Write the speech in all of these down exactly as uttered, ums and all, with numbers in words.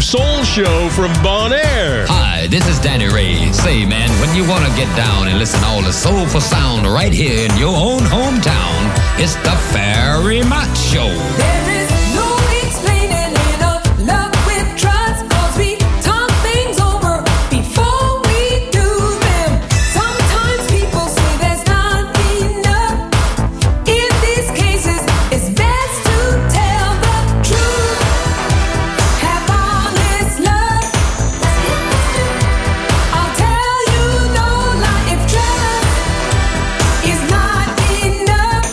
Soul Show from Bonaire. Hi, this is Danny Ray. Say, man, when you want to get down and listen to all the soulful sound right here in your own hometown, it's the Ferry Mott Show. There is no explaining in a love with trust, 'cause we talk things over before we do them. Sometimes people say there's not enough. In these cases, it's best to tell the truth. Have honest love. I'll tell you no lie if trust is not enough.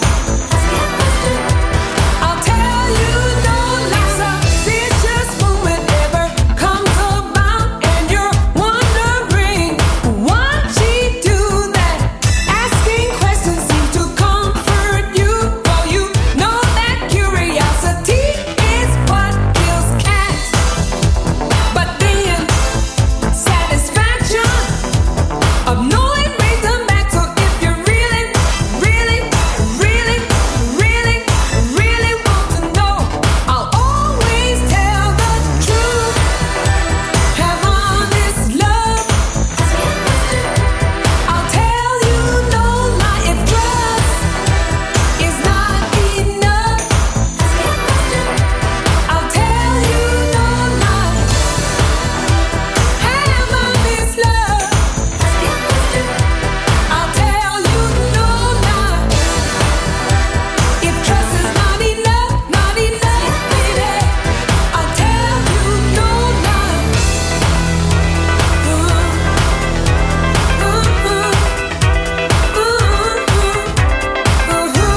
I'll tell you no lie. Suspicious moment ever comes about, and you're wondering why she do that. Asking questions seems to comfort you, for you know that curiosity is what kills cats. But then satisfaction of knowing brings them back. So if you really, really, really, really, really want to know, I'll always tell the truth. Have honest love. I'll tell you no lie if trust is not enough. I'll tell you no lie. Have honest love. I'll tell you no lie. If trust is not enough, not enough, baby, I'll tell you no lie. Ooh, ooh, ooh, ooh, ooh.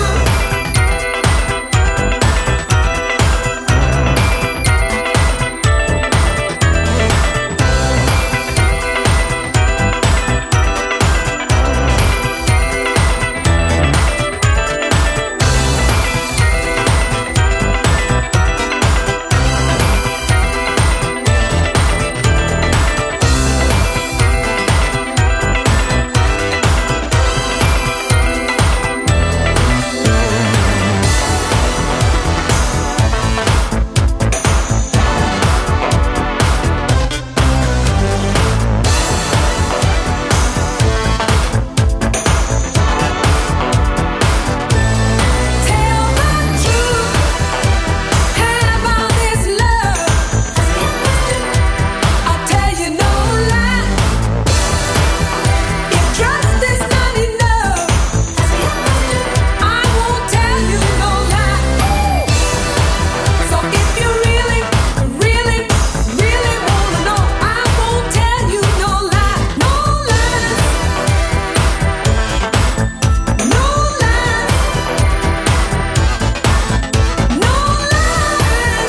Tell the truth. Have honest love. I'll tell you no lie. If trust is not enough, I won't tell you no lie. So if you really, really, really wanna know, I won't tell you no lie. No lies. No lies. No lies.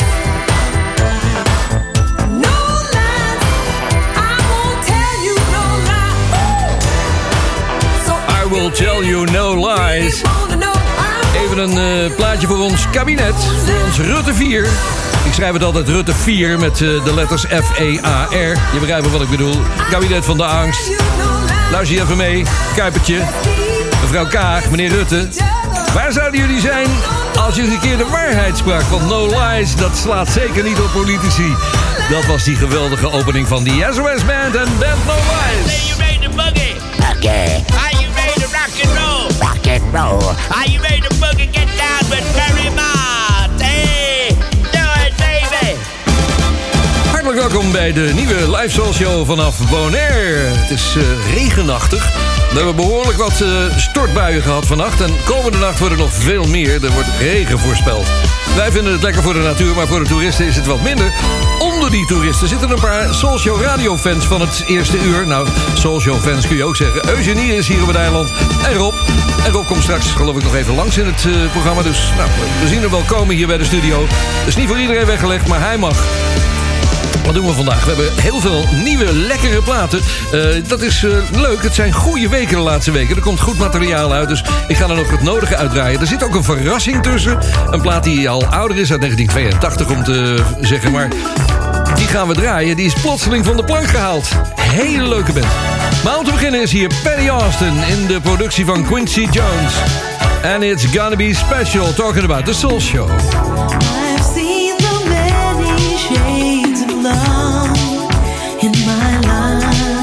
No lies. I won't tell you no lie. So I will tell you no lies. wanna know, I Even een eh, plaatje voor ons kabinet, voor ons Rutte vier. Ik schrijf het altijd Rutte vier met eh, de letters F E A R. Je begrijpt wat ik bedoel. Kabinet van de angst. you no lie. Luister je even mee. Kuipertje, mevrouw Kaag, meneer Rutte. Waar zouden jullie zijn als je eens een keer de waarheid sprak? Want no lies, dat slaat zeker niet op politici. Dat was die geweldige opening van die S O S Band en Band No Lies. You made the boogie. Okay, Are you ready to rock and roll? rock and roll. Are you ready to boogie? Get down with Ferry Mott. Hey, do it, baby. Hartelijk welkom bij de nieuwe live soul show vanaf Bonaire. Het is eh, regenachtig. We hebben behoorlijk wat eh, stortbuien gehad vannacht. En komende nacht wordt er nog veel meer. Er wordt regen voorspeld. Wij vinden het lekker voor de natuur, maar voor de toeristen is het wat minder. Onder die toeristen zitten een paar Soul Show radiofans van het eerste uur. Nou, Soul Show fans kun je ook zeggen. Eugenie is hier op het eiland. En Rob. En Rob komt straks geloof ik nog even langs in het uh, programma. Dus nou, we zien hem wel komen hier bij de studio. Het is niet voor iedereen weggelegd, maar hij mag. Wat doen we vandaag? We hebben heel veel nieuwe, lekkere platen. Uh, dat is uh, leuk. Het zijn goede weken de laatste weken. Er komt goed materiaal uit, dus ik ga er nog het nodige uitdraaien. Er zit ook een verrassing tussen. Een plaat die al ouder is, uit negentien tweeëntachtig om te zeggen. Maar die gaan we draaien. Die is plotseling van de plank gehaald. Hele leuke band. Maar om te beginnen is hier Patty Austin in de productie van Quincy Jones. And it's gonna be special, talking about the Soul Show. I've seen so many shades of love in my life.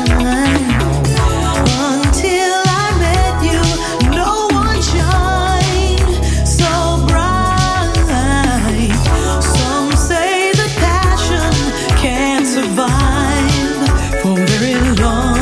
Until I met you, no one shined so bright. Some say the passion can't survive for very long.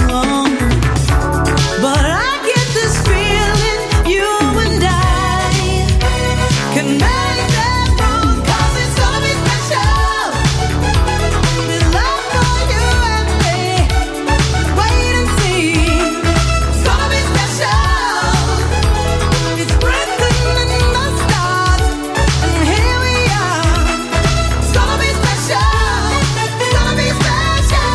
But I get this feeling you and I can make that road, 'cause it's gonna be special. This love for you and me. Wait and see. It's gonna be special. It's written in the stars, and here we are. It's gonna be special. It's gonna be special.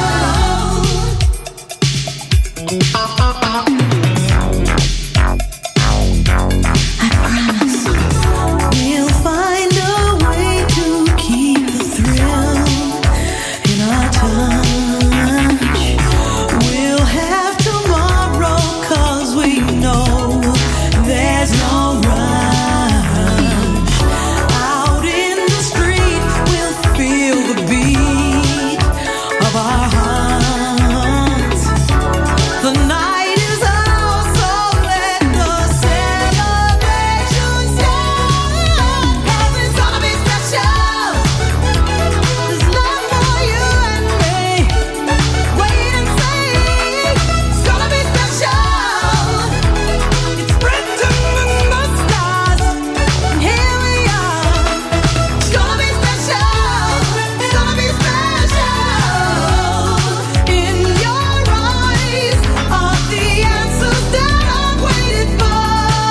I promise we'll find a way to keep the thrill in our touch. We'll have tomorrow, 'cause we know there's no rush. Out in the street, we'll feel the beat of our hearts. The night is ours, so let the celebration start. 'Cause it's gonna be special. This love for you and me. Wait and see. It's gonna be special. It's written in the stars, and here we are. It's gonna be special. It's gonna be special. In your eyes are the answers that I've waited for.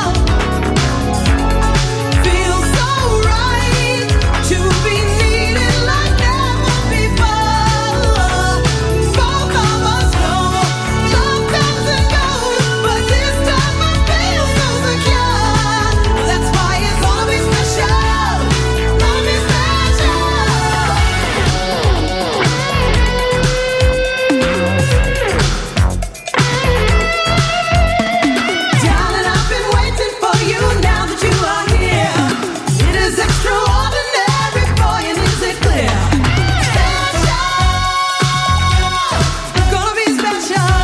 Feels so right to be needed like never before. Both of us know love comes and goes, but this time I feel so secure. That's why it's gonna be special. Gonna be special. Darling, I've been waiting for you now that you are here. It is extraordinary, boy, and is it clear? Special, gonna be special.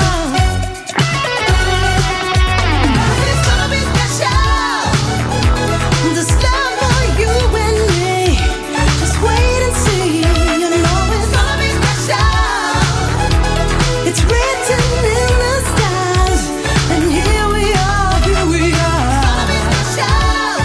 It's gonna be special. This love for you and me. Just wait and see. You know it's gonna be special. It's written in the stars, and here we are, here we are. It's gonna be special.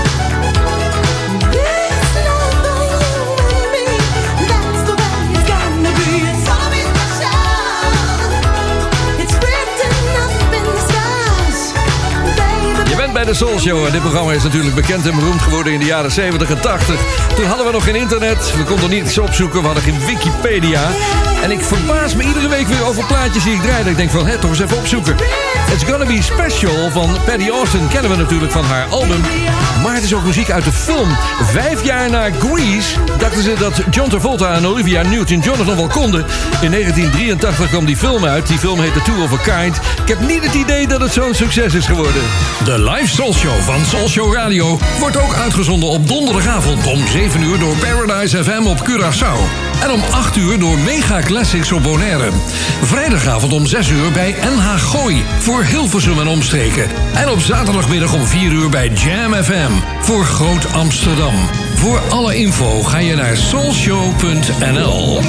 This love for you and me, that's the way it's gonna be. It's gonna be special. It's written up in the stars, baby. Je bent bij de Soul Show en dit programma is natuurlijk bekend en beroemd geworden in de jaren zeventig en tachtig. Toen hadden we nog geen internet, we konden niets opzoeken, we hadden geen Wikipedia. En ik verbaas me iedere week weer over plaatjes die ik draai. Dat ik denk van, hé, toch eens even opzoeken. It's Gonna Be Special van Patty Austin kennen we natuurlijk van haar album. Maar het is ook muziek uit de film. Vijf jaar na Grease dachten ze dat John Travolta en Olivia Newton-John het nog wel konden. In negentien drieëntachtig kwam die film uit. Die film heette Two of a Kind. Ik heb niet het idee dat het zo'n succes is geworden. De live Soul Show van Soul Show Radio wordt ook uitgezonden op donderdagavond om zeven uur door Paradise F M op Curaçao. En om acht uur door Mega Classics op Bonaire. Vrijdagavond om zes uur bij N H Gooi voor Hilversum en omstreken. En op zaterdagmiddag om vier uur bij Jam F M voor Groot Amsterdam. Voor alle info ga je naar soulshow punt n l.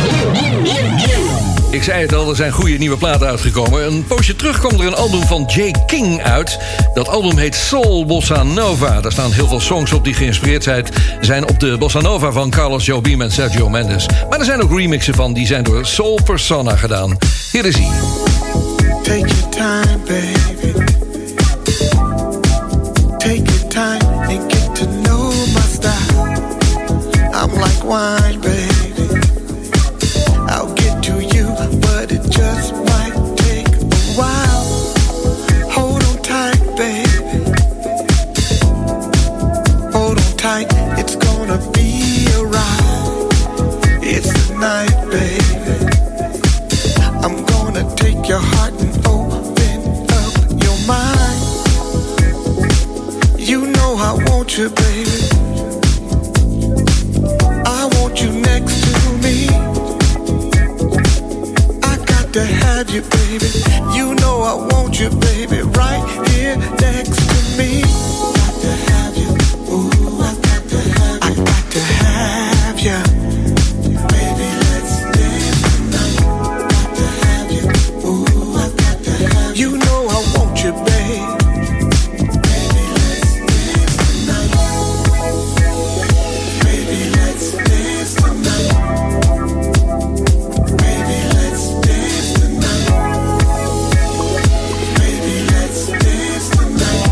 Ik zei het al, er zijn goede nieuwe platen uitgekomen. Een poosje terug kwam er een album van Jay King uit. Dat album heet Soul Bossa Nova. Daar staan heel veel songs op die geïnspireerd zijn op de Bossa Nova van Carlos Jobim en Sergio Mendes. Maar er zijn ook remixen van, die zijn door Soul Persona gedaan. Hier is hij. Take your time, baby. Take your time and get to know my style. I'm like wine, baby. I'll get to you, but it just might take a while. Hold on tight, baby. Hold on tight, it's gonna be a ride. It's the night, baby. I'm gonna take your heart and open up your mind. You know I want you, baby. I want you next to me. I got to have you, baby. You know I want you, baby, right here next to me. Got to have you. Ooh, I got to have you. I got to have you. Baby, let's dance tonight. Got to have you. Ooh, I got to have you. You know I want you, babe. Baby, let's dance tonight. Baby, let's dance tonight. Baby, let's dance tonight. Baby, let's dance tonight.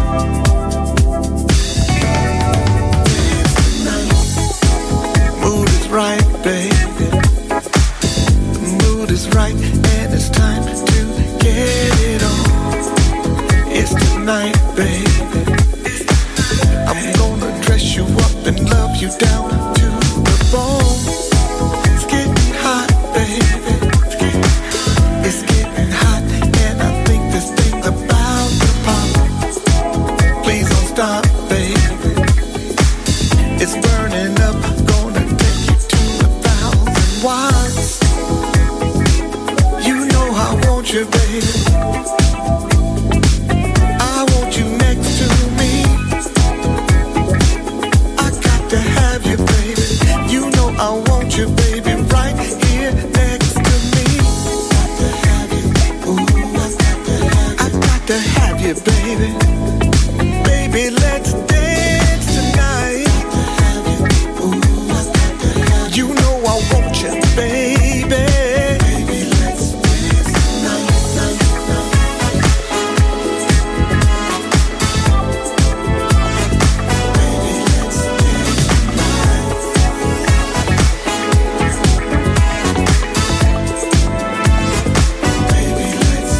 Dance tonight. Mood is right, baby. The mood is right, and it's time to get it on. It's tonight, baby. I'm gonna dress you up and love you down to the bone. It's getting hot, baby. It's getting hot, and I think this thing's about to pop. Please don't stop, baby. It's burning up, gonna take you to a thousand watts. You know I want you, baby. I want you next to me. I got to have you, baby. You know I want you, baby, right here next to me. Got to have you. Ooh, I got to have you. I got to have you, baby. Baby, let's dance tonight. Got to have you. Ooh, I got to have you. You know I want you, baby. Baby, let's dance tonight. Baby, let's dance tonight. Baby, let's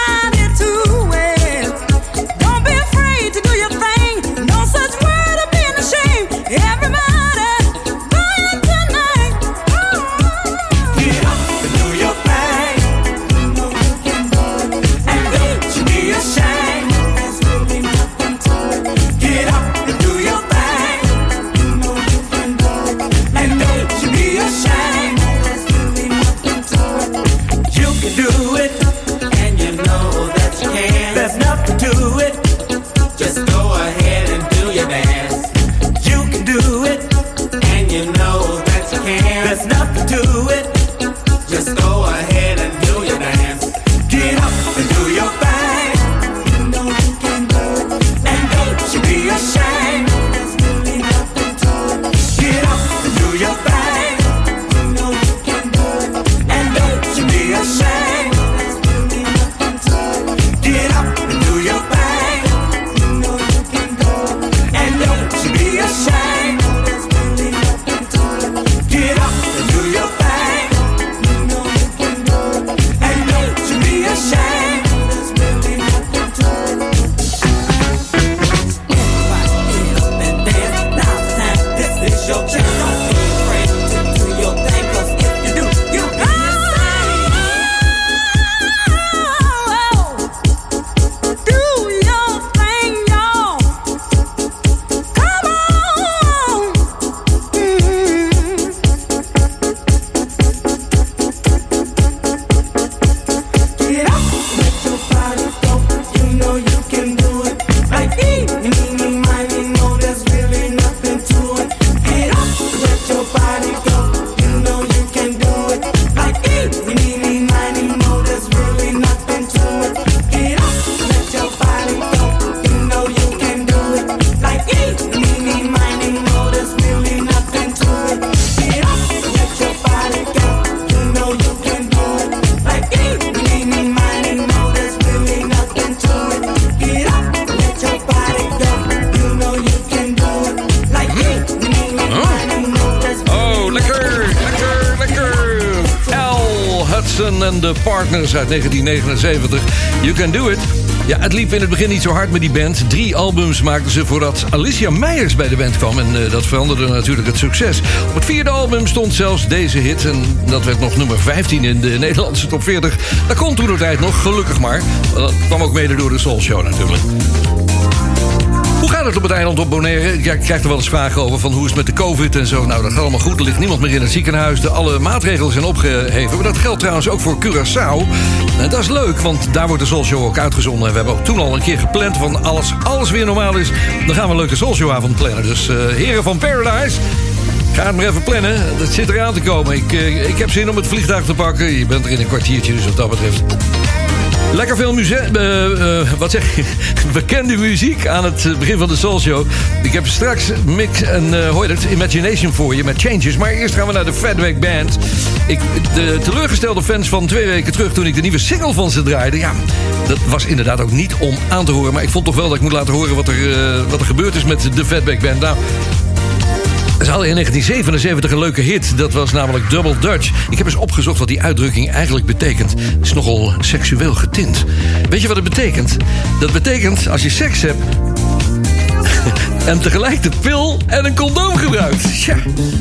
Don't be afraid to do your thing. No such word of being John and the Partners uit negentien negenenzeventig. You Can Do It. Ja, het liep in het begin niet zo hard met die band. Drie albums maakten ze voordat Alicia Meijers bij de band kwam. En uh, dat veranderde natuurlijk het succes. Op het vierde album stond zelfs deze hit. En dat werd nog nummer vijftien in de Nederlandse top veertig. Dat kon toen de tijd nog, gelukkig maar. Dat kwam ook mede door de Soul Show natuurlijk. Hoe gaat het op het eiland op Bonaire? Ja, ik krijg er wel eens vragen over van hoe is het met de COVID en zo. Nou, dat gaat allemaal goed. Er ligt niemand meer in het ziekenhuis. De, alle maatregelen zijn opgeheven. Maar dat geldt trouwens ook voor Curaçao. En dat is leuk, want daar wordt de Soul Show ook uitgezonden. En we hebben ook toen al een keer gepland van als alles weer normaal is, dan gaan we een leuke Soul Show avond plannen. Dus uh, heren van Paradise, ga het maar even plannen. Dat zit eraan te komen. Ik, uh, ik heb zin om het vliegtuig te pakken. Je bent er in een kwartiertje, dus wat dat betreft. Lekker veel muziek, uh, uh, wat zeg je, bekende muziek aan het begin van de Soul Show. Ik heb straks mix en uh, hoor je het, Imagination voor je met Changes. Maar eerst gaan we naar de Fatback Band. Ik, de teleurgestelde fans van twee weken terug toen ik de nieuwe single van ze draaide. Ja, dat was inderdaad ook niet om aan te horen. Maar ik vond toch wel dat ik moet laten horen wat er, uh, wat er gebeurd is met de Fatback Band. Nou, ze hadden in negentien zevenenzeventig een leuke hit. Dat was namelijk Double Dutch. Ik heb eens opgezocht wat die uitdrukking eigenlijk betekent. Het is nogal seksueel getint. Weet je wat het betekent? Dat betekent als je seks hebt en tegelijk de pil en een condoom gebruikt. Ja.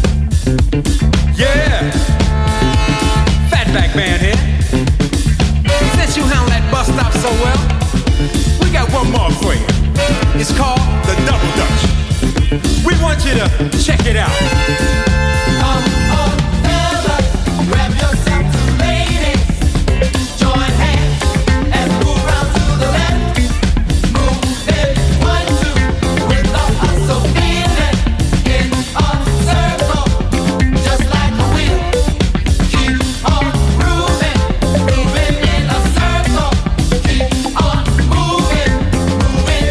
Yeah! Fatback Band here. Since you handle that bus stop so well, we got one more for you. It's called the Double Dutch. We want you to check it out. Come on, fellas, grab yourself some ladies. Join hands and move round to the left. Move it one, two, with a hustle feeling in a circle, just like a wheel. Keep on grooving, moving in a circle. Keep on moving, moving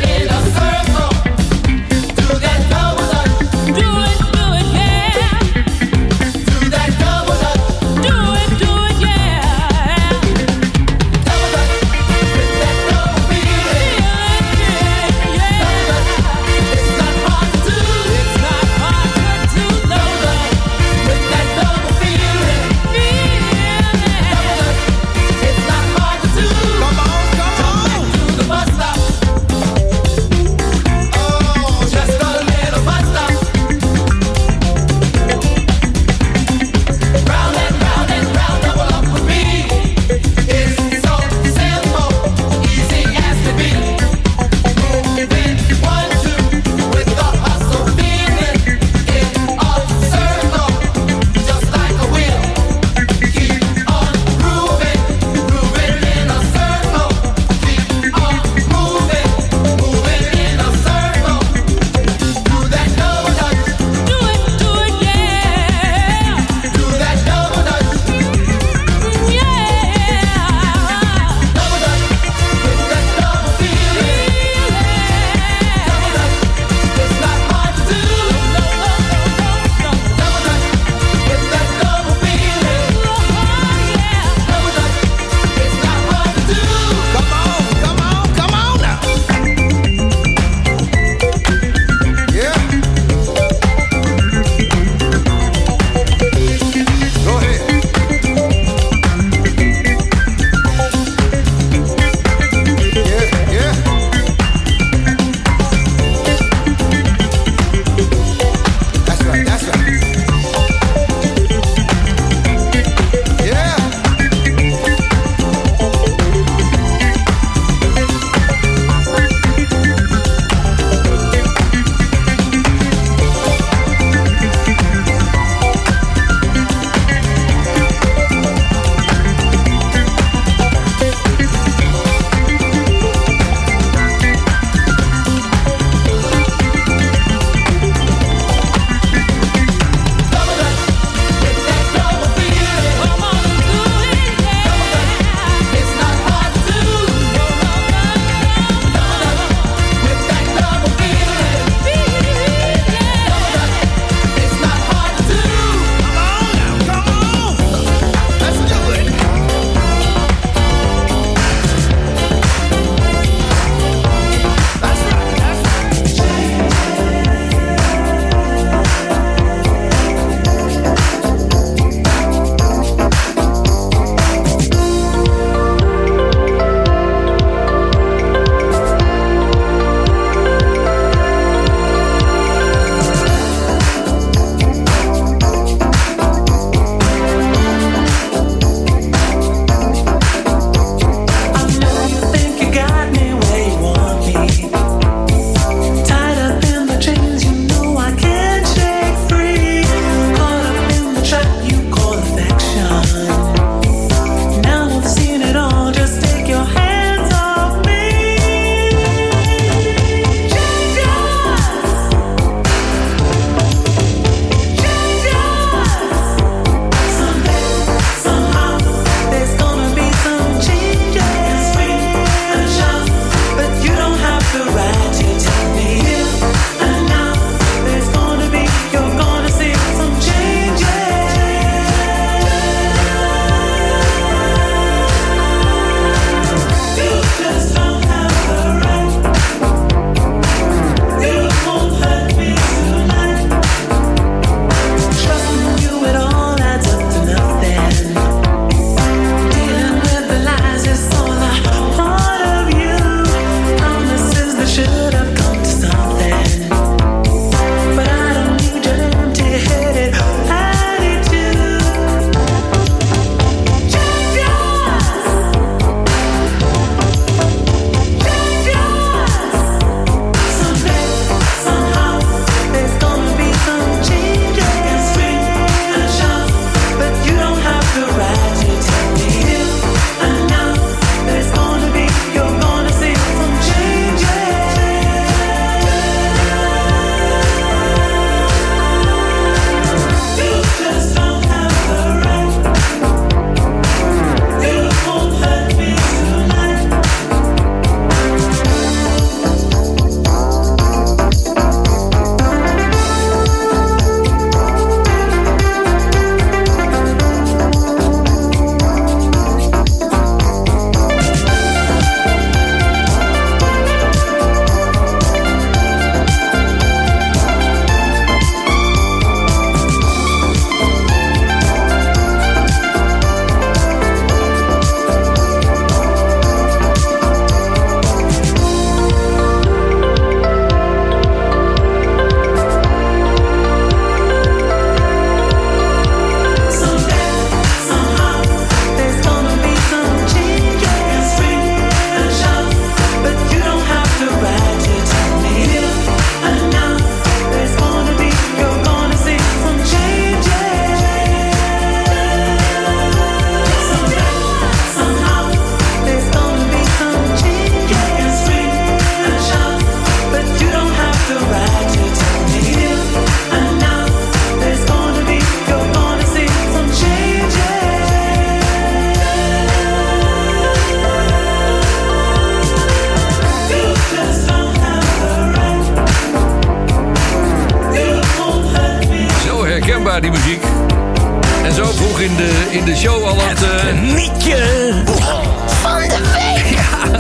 blijkbaar, die muziek. En zo vroeg in de, in de show al het... Uh... Mietje van de week. Ja.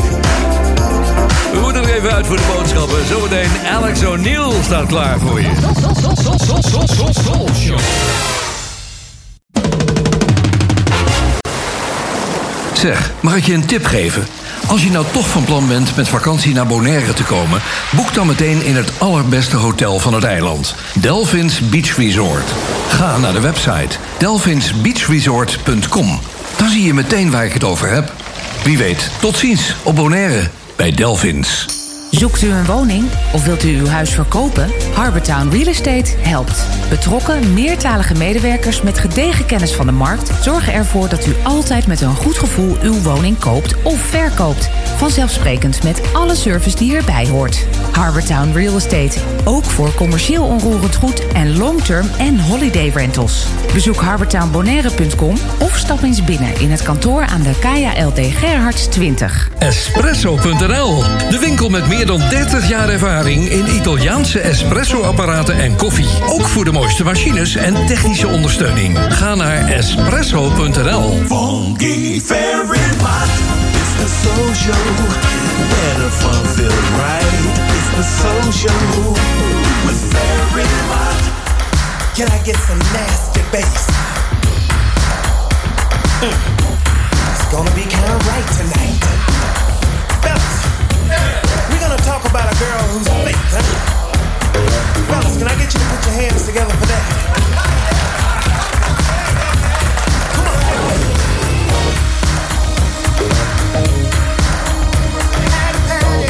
We moeten er even uit voor de boodschappen. Zometeen Alex O'Neill staat klaar voor je. Zeg, mag ik je een tip geven? Als je nou toch van plan bent met vakantie naar Bonaire te komen... boek dan meteen in het allerbeste hotel van het eiland. Delphins Beach Resort. Ga naar de website delphins beach resort punt com. Dan zie je meteen waar ik het over heb. Wie weet, tot ziens op Bonaire bij Delphins. Zoekt u een woning of wilt u uw huis verkopen? Harbortown Real Estate helpt. Betrokken, meertalige medewerkers met gedegen kennis van de markt... zorgen ervoor dat u altijd met een goed gevoel uw woning koopt of verkoopt. Vanzelfsprekend met alle service die erbij hoort. Harbortown Real Estate, ook voor commercieel onroerend goed... en long-term en holiday rentals. Bezoek harbortown bonaire punt com of stap eens binnen in het kantoor aan de K J L D Gerhards twintig. Espresso punt n l, de winkel met meer dan dertig jaar ervaring in Italiaanse espresso-apparaten en koffie. Ook voor de mooiste machines en technische ondersteuning. Ga naar espresso punt n l. Funky Fairy Pot, it's the social, where the fun feels right. It's the social with Fairy Pot. Can I get some nasty bass? Mm. It's gonna be kinda right tonight. Fellas, we're gonna talk about a girl who's fake, huh? Fellas, can I get you to put your hands together for that? Come on. Patty, Patty.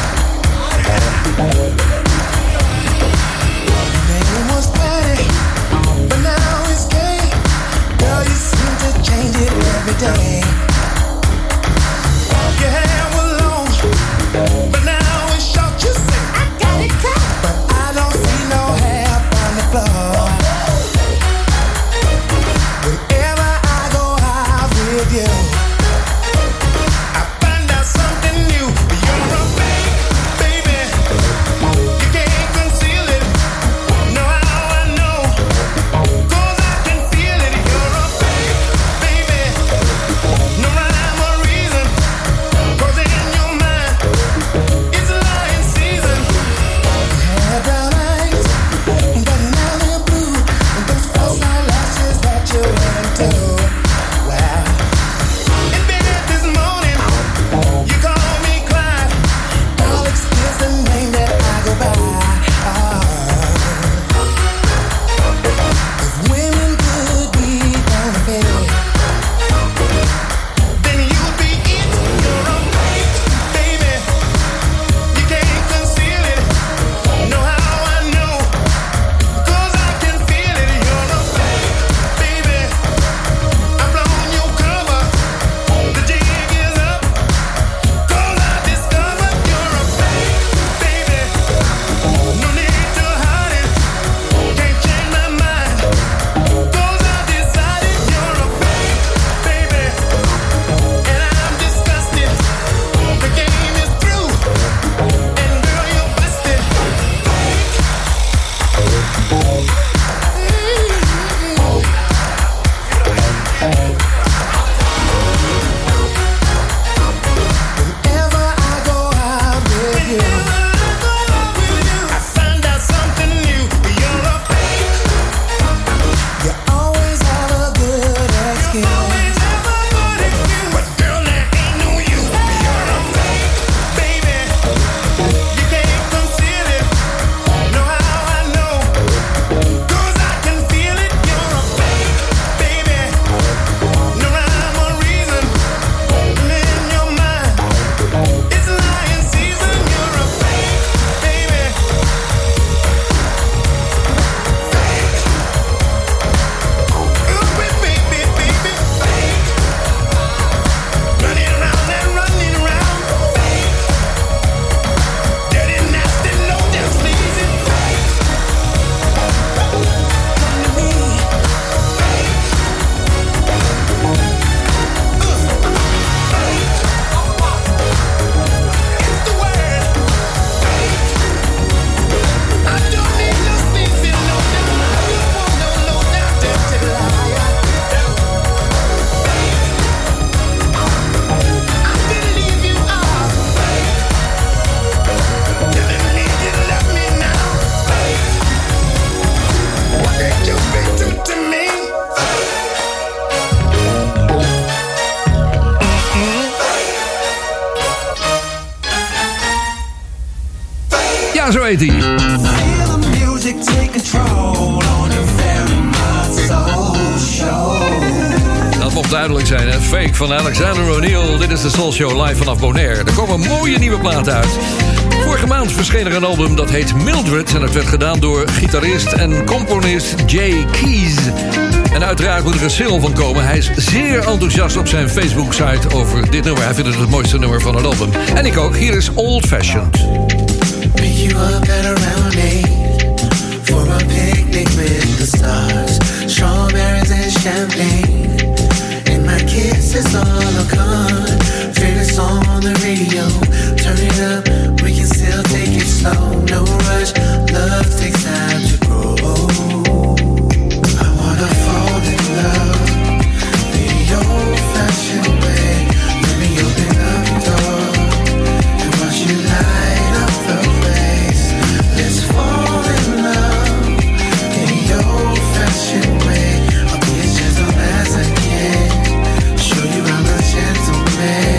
Name was Patty, but now it's gay. Girl, you seem to change it every day. Your hair was long, but now it's short. You say I got it cut, but I don't see no hair on the floor. Whenever I go out with you, I find out something new. You're a fake, baby. Ja, zo heet hij. Feel the music take control on your very much soul show. Dat mocht duidelijk zijn, hè? Fake van Alexander O'Neal. Dit is de Soul Show live vanaf Bonaire. Er komen mooie nieuwe platen uit. Vorige maand verscheen er een album dat heet Mildred. En dat werd gedaan door gitarist en componist Jay Keys. En uiteraard moet er een single van komen. Hij is zeer enthousiast op zijn Facebook-site over dit nummer. Hij vindt het het mooiste nummer van het album. En ik ook. Hier is Old Fashioned. Pick you up at around eight for a picnic with the stars, strawberries and champagne. And my kiss is all a con. Favorite song on the radio. Turn it up, we can still take it slow. No rush, love takes time to grow. I wanna fall in love the old-fashioned way. Let me open up the door and watch you light up the place. Let's fall in love the old-fashioned way. I'll be as gentle as I can. Show you I'm a gentleman.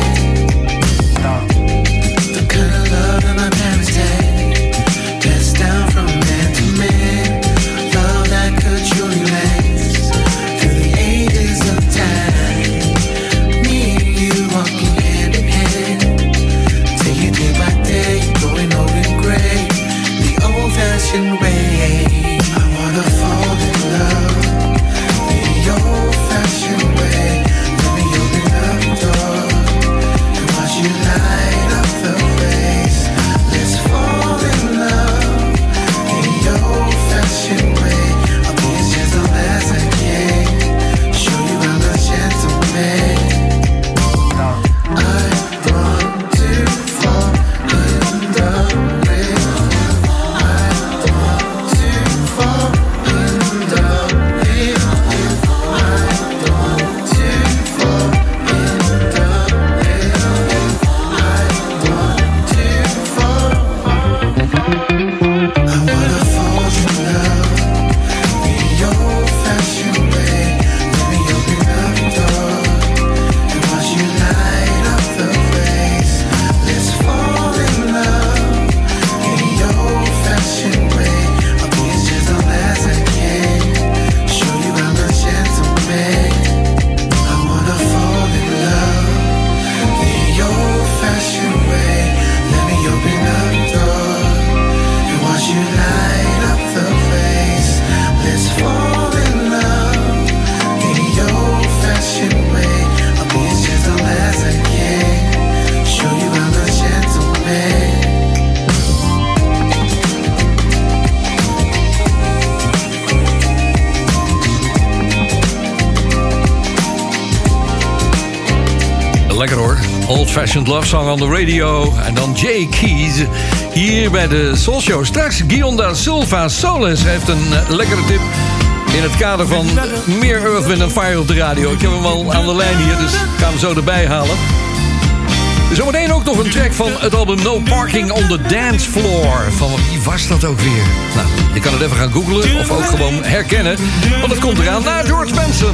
The kind of love that my parents had, passed down from man to man. Love that could truly last through the ages of time. Me and you walking hand in hand, take it day by day, going over great. The old-fashioned way. I wanna fall in love the old-fashioned way. Let me open up the door and watch you light up the place. Let's fall in love the old-fashioned way. I'll be as gentle as I can. Show you I'm a gentleman. I want to fall in love with you. I want to fall in love with you. I want to fall in love with you. I want to fall. I wanna fall in love the old-fashioned way. Let me open up the door and watch you light up the place. Let's fall in love the old-fashioned way. I'll be as gentle as I can. Show you I'm a gentleman. I wanna fall in love the old-fashioned way. Let me open up the door and watch you light up the place. Let's fall in love the old-fashioned way. I'll be as gentle as I can. Show you I'm a gentleman. Lekker hoor. Old Fashioned Love Song on the radio. En dan Jay Keys hier bij de Soul Show. Straks Guion da Silva Solis heeft een uh, lekkere tip in het kader van meer Earth, Wind and Fire op de radio. Ik heb hem al aan de lijn hier, dus ik ga hem zo erbij halen. Zometeen ook nog een track van het album No Parking on the Dance Floor. Van wie was dat ook weer? Nou, je kan het even gaan googlen of ook gewoon herkennen. Want het komt eraan naar George Benson.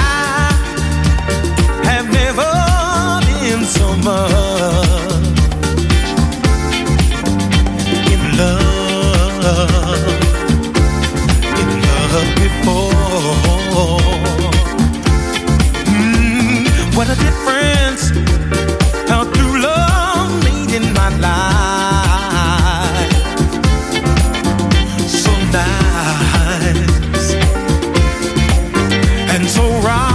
Have never been so much in love, in love before. Mm, what a difference how true love made in my life. So nice and so right.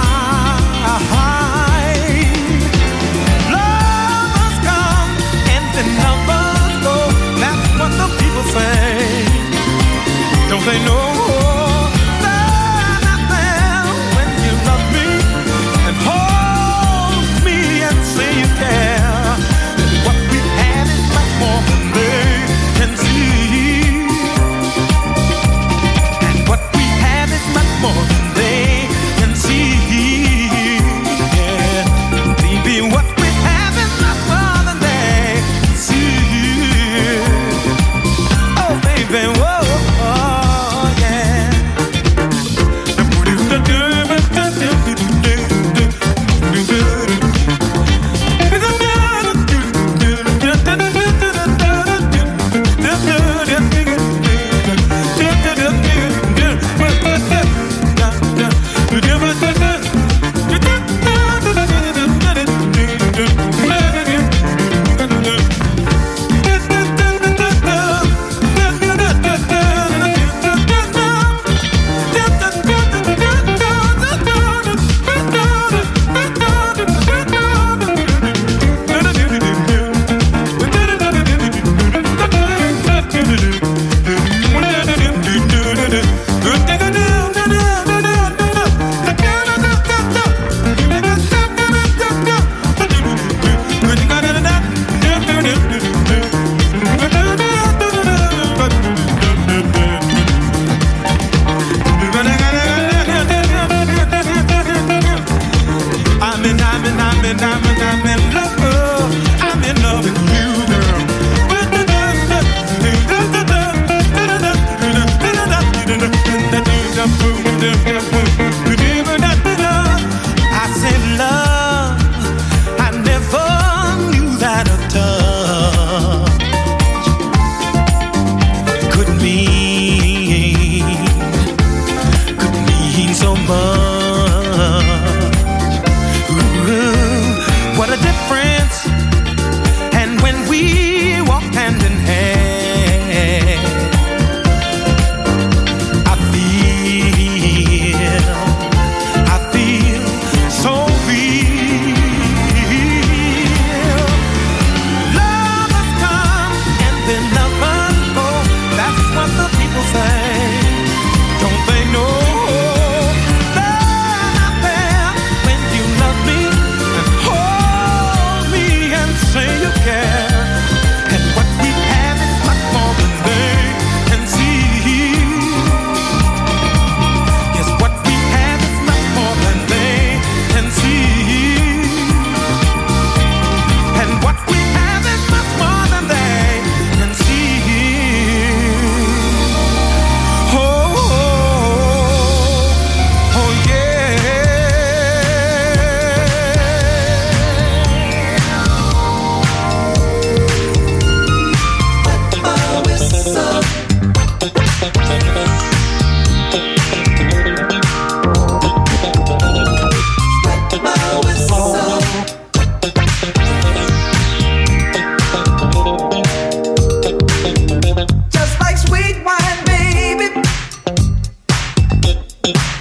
Don't they know that I am when you love me and hold me and say you care? What we have is much more than they can see. And what we have is much more than they can see. Yeah, baby, what we have is much more than they can see. Oh, baby, whoa.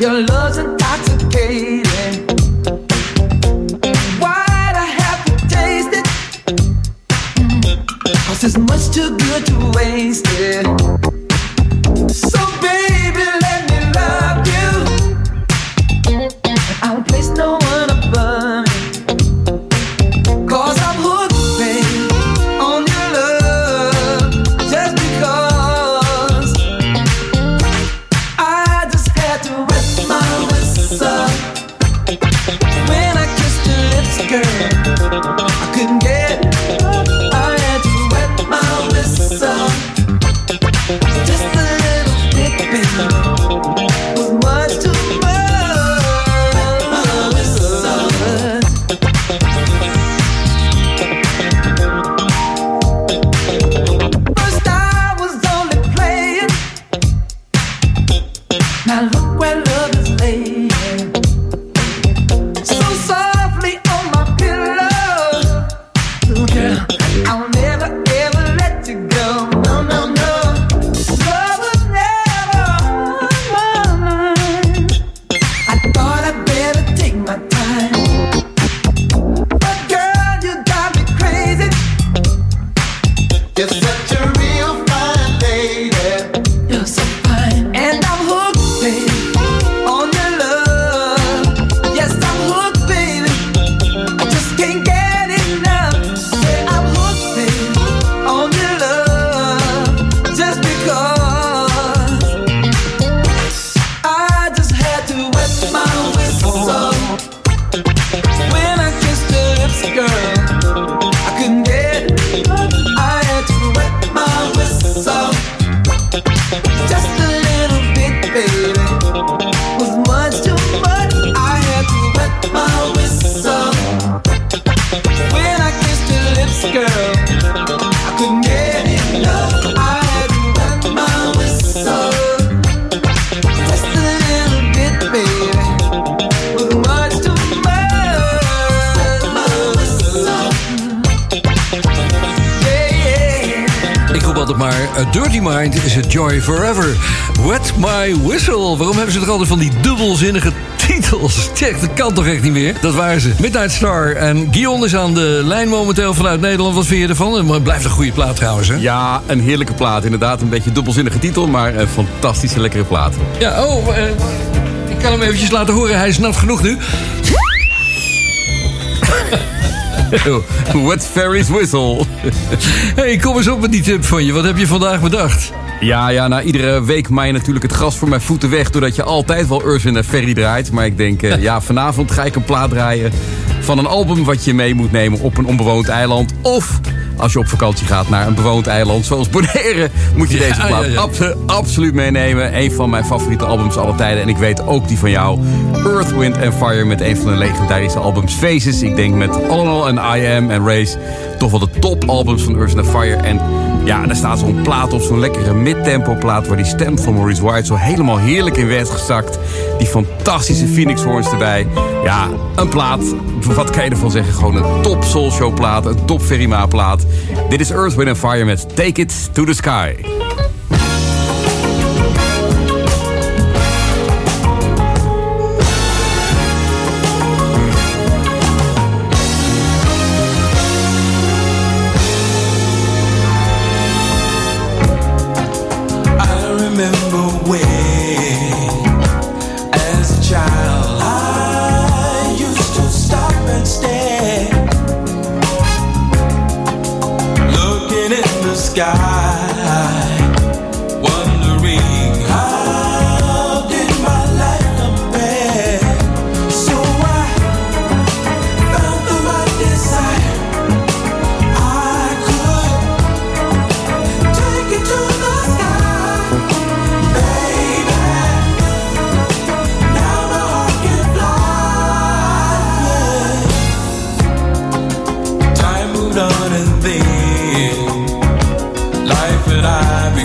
Your love's intoxicating. Why'd I have to taste it? Cause it's much too good to waste it. So baby, let me love you. I won't place no one above me. Cause I'm hooked, babe, on your love. Just because I just had to wet my whistle when I kissed your lips, girl. I couldn't get it. I had to wet my whistle. Just a little bit, baby, was much too much. My whistle. First I was only playing. Now look where love is laying. So softly on my pillow. Little girl, I'll never ever let you go. No, no, no. Love was never on my mind. I thought I'd better take my time. But girl, you got me crazy. You're such a real fine lady. You're so fine. And I'm hooked, baby, on your love. Yes, I'm hooked, baby. I just can't get enough. Say I'm hooked, baby, on your love. Just because I just had to wet my whistle when I kissed your lips, girl. I couldn't get it. I had to wet my whistle. Just a little bit, baby, was much too much. I had to wet my whistle when I kissed your lips, girl. I couldn't get enough. I had to wet my whistle. Just a little bit, baby, was much too much. My whistle. Yeah, yeah. Ik roep altijd maar, a dirty mind is a joy forever. Wet my whistle. Waarom hebben ze er altijd van die dubbelzinnige titels? Tjek, dat kan toch echt niet meer? Dat waren ze. Midnight Star. En Guillaume is aan de lijn momenteel vanuit Nederland. Wat vind je ervan? Maar het blijft een goede plaat trouwens, hè? Ja, een heerlijke plaat. Inderdaad, een beetje dubbelzinnige titel, maar een fantastische lekkere plaat. Ja, oh, eh, ik kan hem eventjes laten horen. Hij is nat genoeg nu. Wet Fairy's Whistle. Hey, kom eens op met die tip van je. Wat heb je vandaag bedacht? Ja, ja, nou, iedere week maai je natuurlijk het gras voor mijn voeten weg, doordat je altijd wel Earth, Wind and Fairy draait. Maar ik denk, uh, ja, vanavond ga ik een plaat draaien van een album wat je mee moet nemen op een onbewoond eiland. Of als je op vakantie gaat naar een bewoond eiland zoals Bonaire, moet je Ja, deze plaat ja, ja. abso- absoluut meenemen. Een van mijn favoriete albums aller tijden. En ik weet ook die van jou. Earth, Wind and Fire met een van de legendarische albums Faces. Ik denk met All in All en I Am en Race toch wel de topalbums van Earth, Wind and Fire. En ja, daar staat zo'n plaat op, zo'n lekkere mid-tempo plaat waar die stem van Maurice White zo helemaal heerlijk in werd gezakt. Die fantastische Phoenix horns erbij. Ja, een plaat. Wat kan je ervan zeggen? Gewoon een top soul show plaat, een top Ferryma plaat. Dit is Earth, Wind and Fire met Take It to the Sky. Remember when, as a child, I used to stop and stare, looking in the sky, wondering how did my life compare. So I found the right desire. I could take it to the sky. On and then life that I've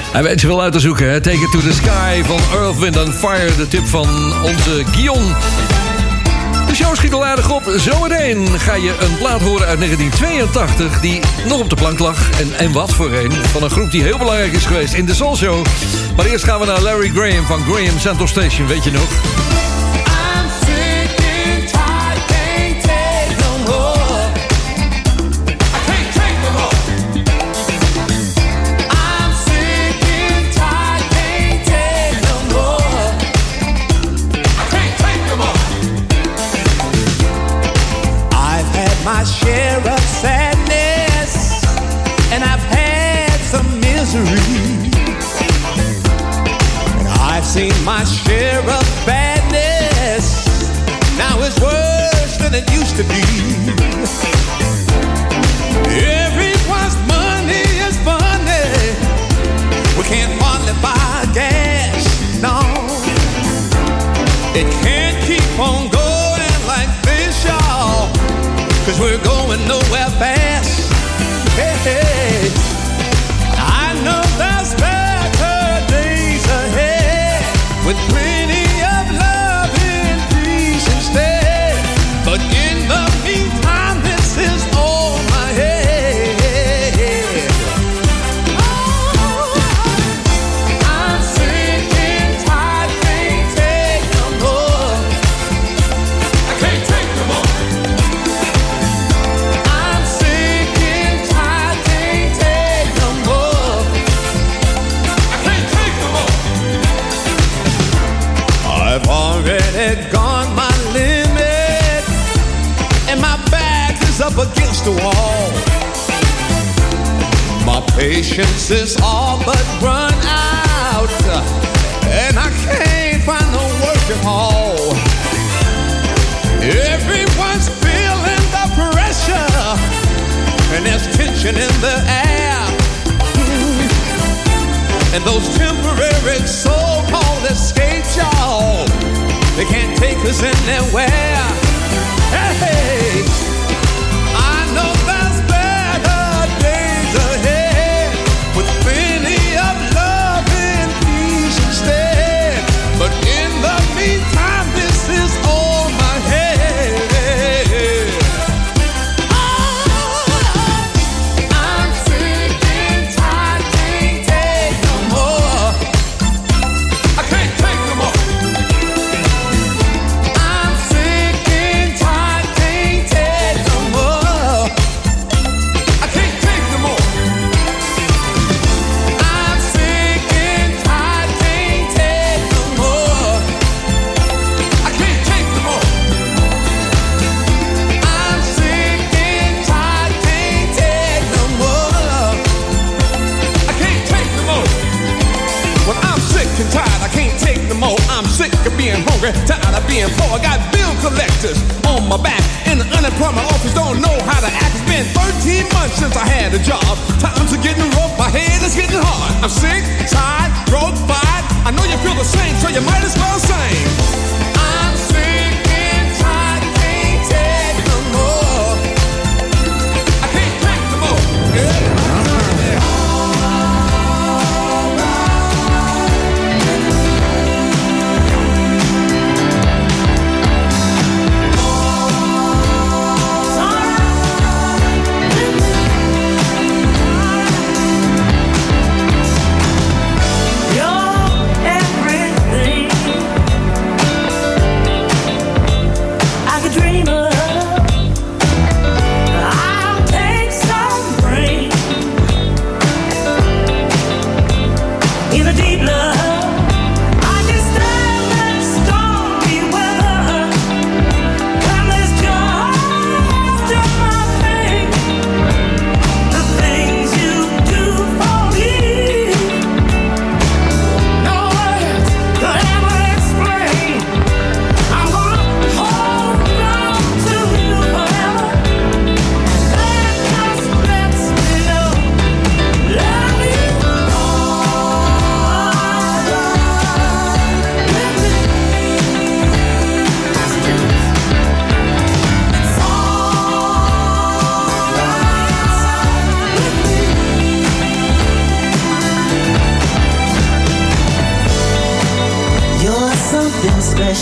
Hij weet ze wel uit te zoeken, hè? Take It to the Sky van Earth, Wind and Fire. De tip van onze Guion. De show schiet al aardig op. Zometeen ga je een plaat horen uit negentien tweeëntachtig... die nog op de plank lag. En, en wat voor een. Van een groep die heel belangrijk is geweest in de Soul Show. Maar eerst gaan we naar Larry Graham van Graham Central Station. Weet je nog? My share of sadness, and I've had some misery, and I've seen my share of badness. Now it's worse than it used to be. Everyone's money is funny. We can't hardly buy gas, no. It can't keep on going like this, y'all. 'Cause we're going nowhere fast. Hey, hey. I know there's better days ahead, with plenty of love and peace instead. But in the meantime, this is all my head. Oh, I'm sick and tired, can't take no more. I can't take no more. I've already gone my limit, and my back is up against the wall. My patience is all but run out, and I can't find no work at all. Everyone's feeling the pressure, and there's tension in the air. And those temporary so-called escapes, y'all, they can't take us anywhere. Hey, I know there's better days ahead, with plenty of love and peace instead. But in the meantime, this is all my head. I'm sick and tired, can't take no more. I can't take no more. I'm sick and tired, can't take no more. I can't take no more. I'm sick and tired, can't take no more. I can't take no more. I'm sick and tired, can't take no more. I can't take no more. Well, I'm sick and tired, I can't take no more. I'm sick of being hungry, tired of being poor. I got bill collectors on my back, and the unemployment office don't know how to act. It's been thirteen months since I had a job. Times are getting rough, my head is getting hard. I'm sick, tired, broke, fired. I know you feel the same, so you might as well sing. I'm sick and tired, can't take no more. I can't take no more. Yeah. You're everything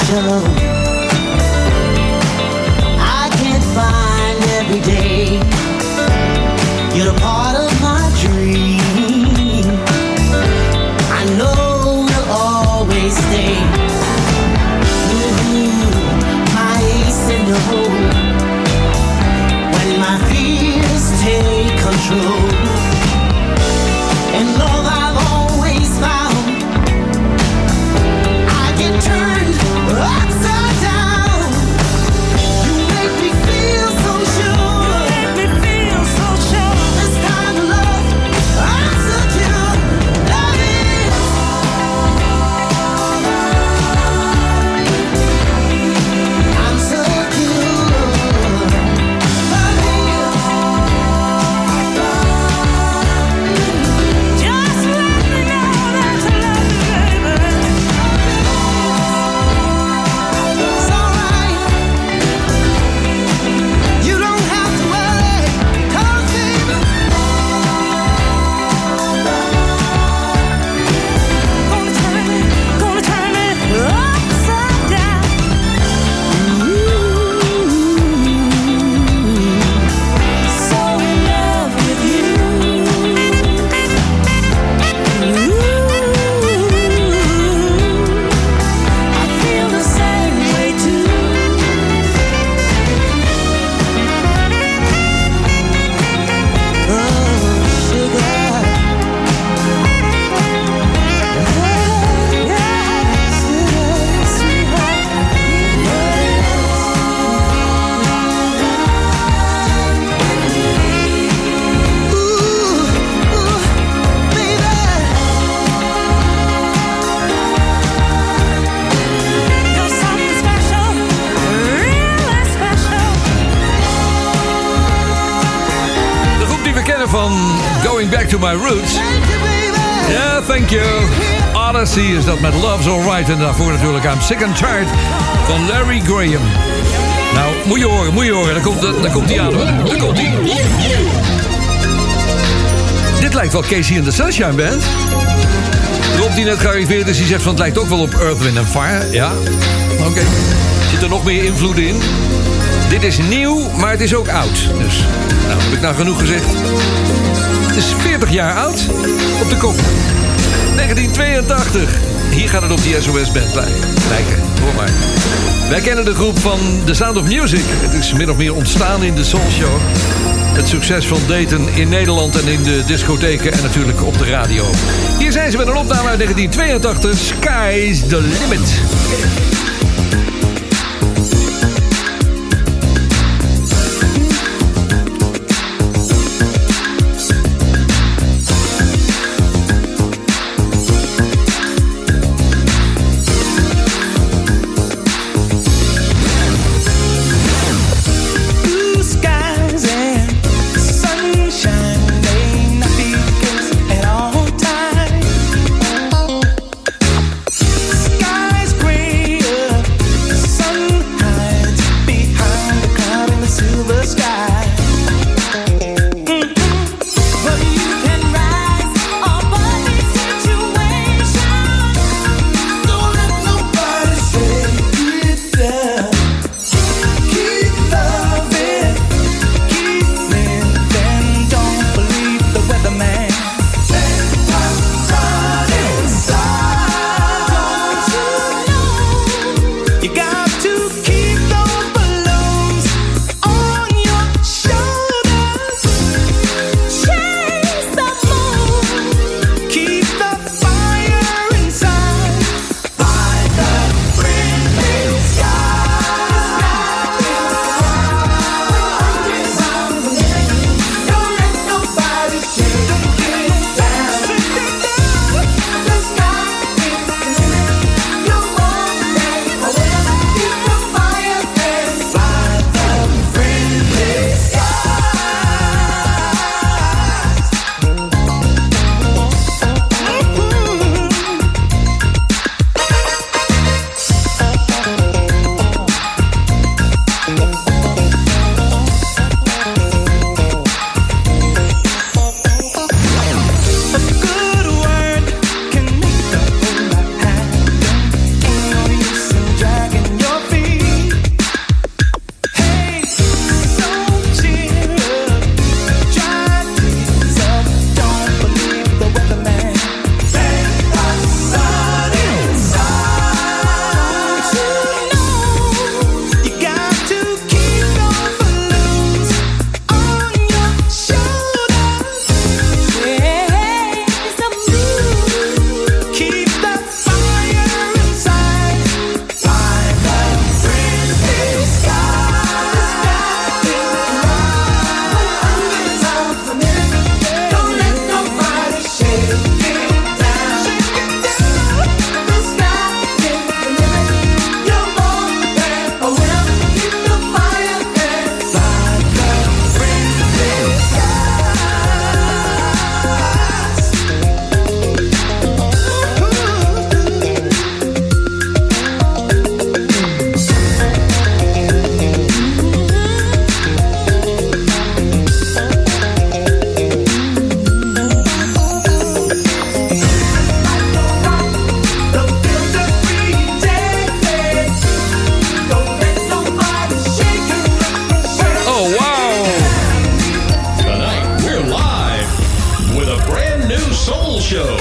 special. I can't find every day. You're a part of my dream. I know you'll always stay. Ooh, my ace in the hole. When my fears take control. And love I've always found. I get turned upside down. You make me feel so sure. You make me feel so sure. This kind of love, I'm secure. Love it. I'm secure. Love it. Just let me know that you love me, baby. It's alright. You don't have to worry, 'cause baby, gonna turn it, gonna turn it upside down. So in love with you. I feel the same way too. Oh, sugar. Yeah, sugar, sweetheart. Ooh, ooh, baby. You're something special, really special. De groep die we kennen van Going Back to My Roots. Ja, thank you. Odyssey is dat met Love's Alright. En daarvoor natuurlijk I'm Sick and Tired van Larry Graham. Nou, moet je horen, moet je horen. Daar komt, daar komt die aan hoor. Daar komt die. Dit lijkt wel Casey and the Sunshine Band. Rob die net gearriveerd is, die zegt van het lijkt ook wel op Earth, Wind and Fire. Ja, oké. Zit er nog meer invloeden in? Dit is nieuw, maar het is ook oud. Dus, nou, heb ik nou genoeg gezegd. Het is veertig jaar oud op de kop. negentien tweeëntachtig. Hier gaat het op die S O S-band lijken. Hoor maar. Wij kennen de groep van The Sound of Music. Het is min of meer ontstaan in de Soul Show. Het succes van Dayton in Nederland en in de discotheken en natuurlijk op de radio. Hier zijn ze met een opname uit negentien tweeëntachtig. Sky's the Limit. Blue skies and sunshine may not be case at all times. Skies gray up, sun hides behind the cloud in the silver sky. Mhm. But you can rise above these situations. Don't let nobody shake it down. Keep loving, keep living, don't Show.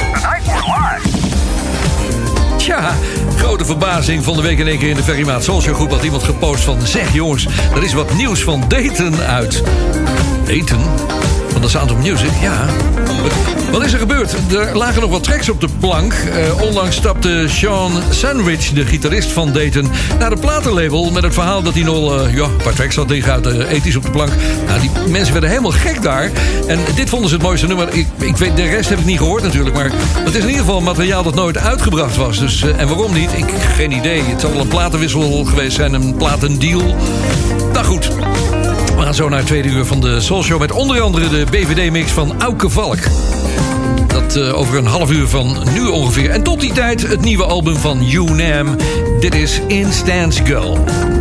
Tja, grote verbazing van de week in één keer in de Ferry Maat Soul Show groep had iemand gepost van... Zeg jongens, er is wat nieuws van Dayton uit. Dayton? Van de Sound of Music, ja. Wat is er gebeurd? Er lagen nog wat tracks op de plank. Uh, onlangs stapte Sean Sandwich, de gitarist van Dayton... naar de platenlabel met het verhaal dat hij nog uh, ja, een paar tracks had liggen uit uh, ethisch op de plank. Nou, die mensen werden helemaal gek daar. En dit vonden ze het mooiste nummer. Ik, ik weet, de rest heb ik niet gehoord natuurlijk. Maar het is in ieder geval materiaal dat nooit uitgebracht was. Dus, uh, en waarom niet? Ik geen idee. Het zal wel een platenwissel geweest zijn, een platendeal. Nou goed. We gaan zo naar het tweede uur van de Soul Show... met onder andere de B V D-mix van Auke Valk. Dat uh, over een half uur van nu ongeveer. En tot die tijd het nieuwe album van UNAM. Dit is Instance Girl.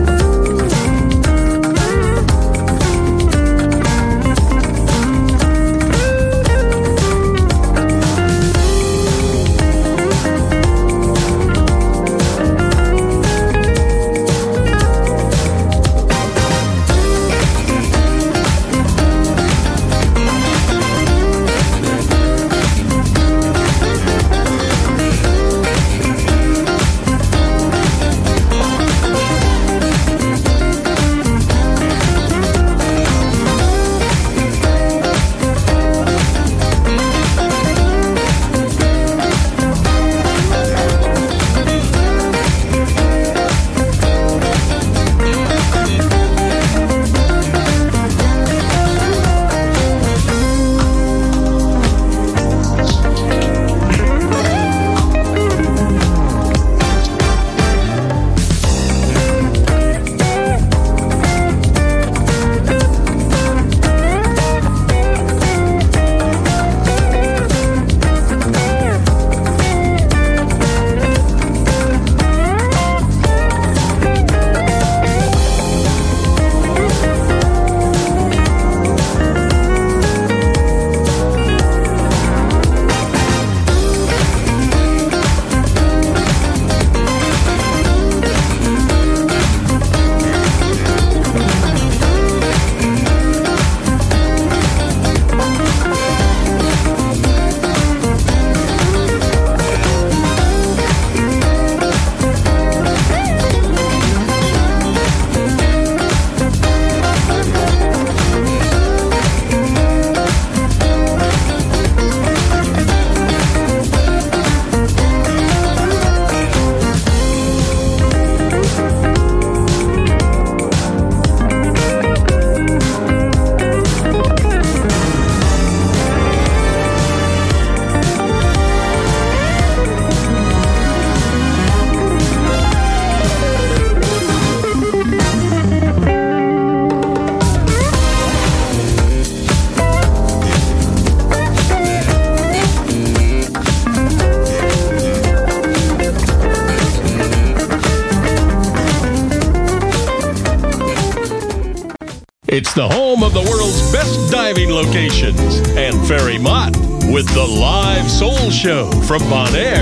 It's the home of the world's best diving locations. And Ferry Mott with the live Soul Show from Bonaire.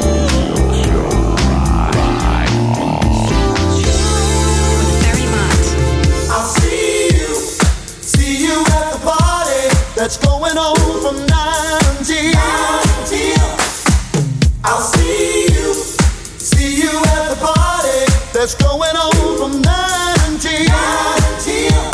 That's going on from nine until, until I'll see you, see you at the party. That's going on from nine until, nine until.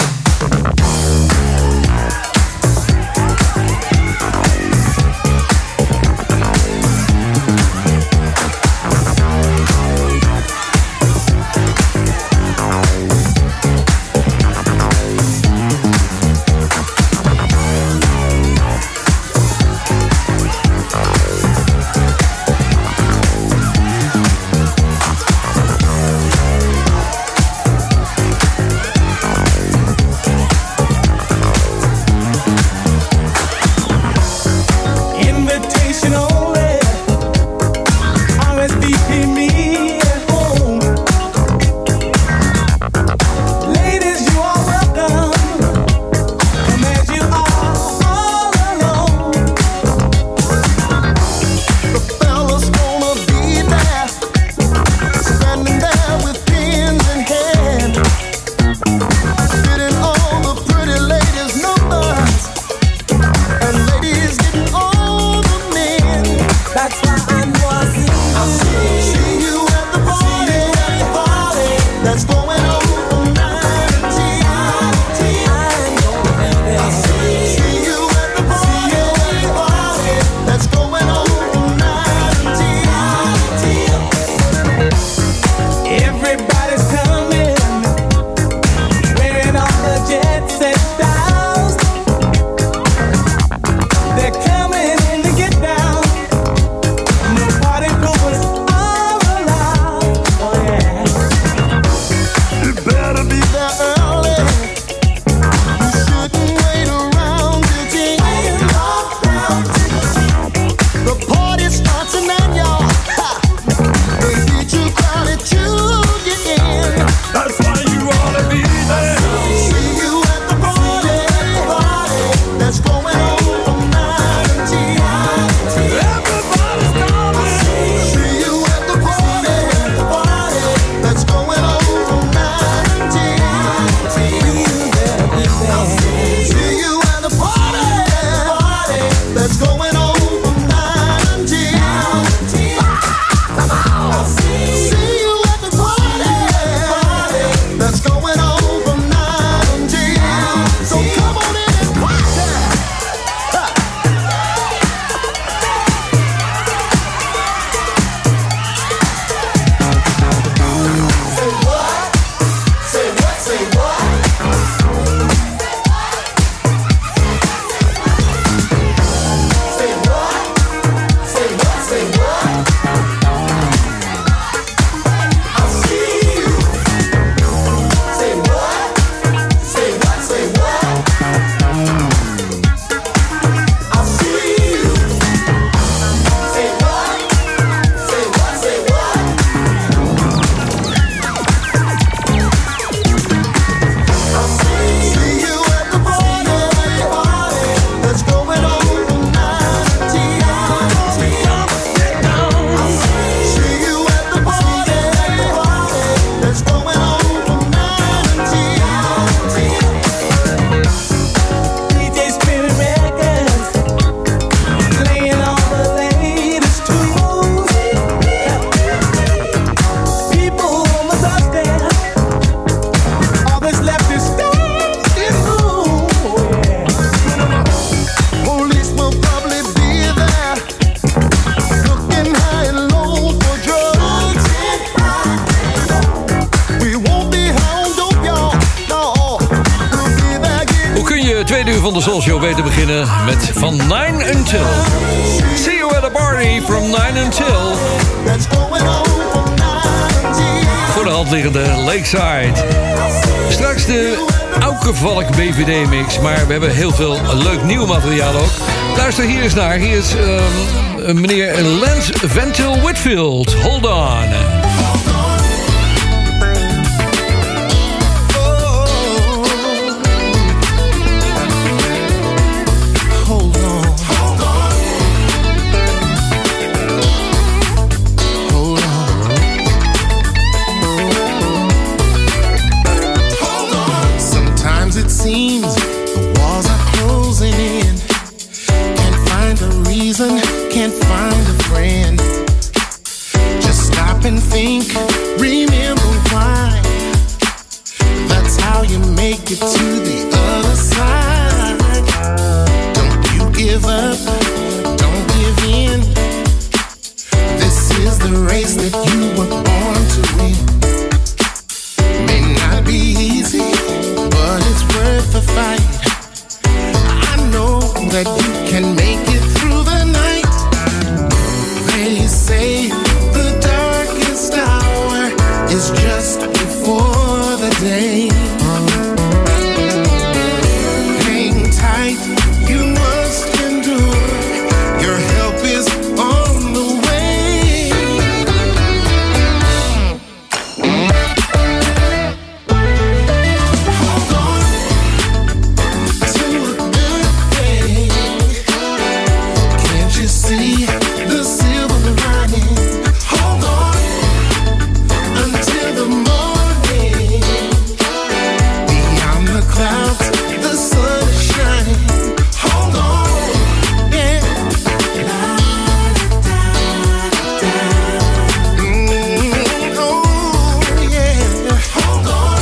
tweede uur van de Soul Show weten beginnen met van nine until. See you at a party from nine until. Voor de hand liggende Lakeside. Straks de Aukevalk B V D-mix, maar we hebben heel veel leuk nieuw materiaal ook. Luister hier eens naar. Hier is um, meneer Lance Ventil Whitfield. Hold on. Seems the walls are closing in. Can't find a reason, can't find a friend. Just stop and think, remember why. That's how you make it to the other side. Don't you give up, don't give in. This is the race that you were born to win. May not be easy, but it's worth the fight. I know that you can make it through the night. They say the darkest hour is just before the day. Hang tight, you must endure. Your help is on the way. See the silver lining. Hold on until the morning. Beyond the clouds, the sun is shining. Hold on, yeah. Mm, oh, yeah. Hold on.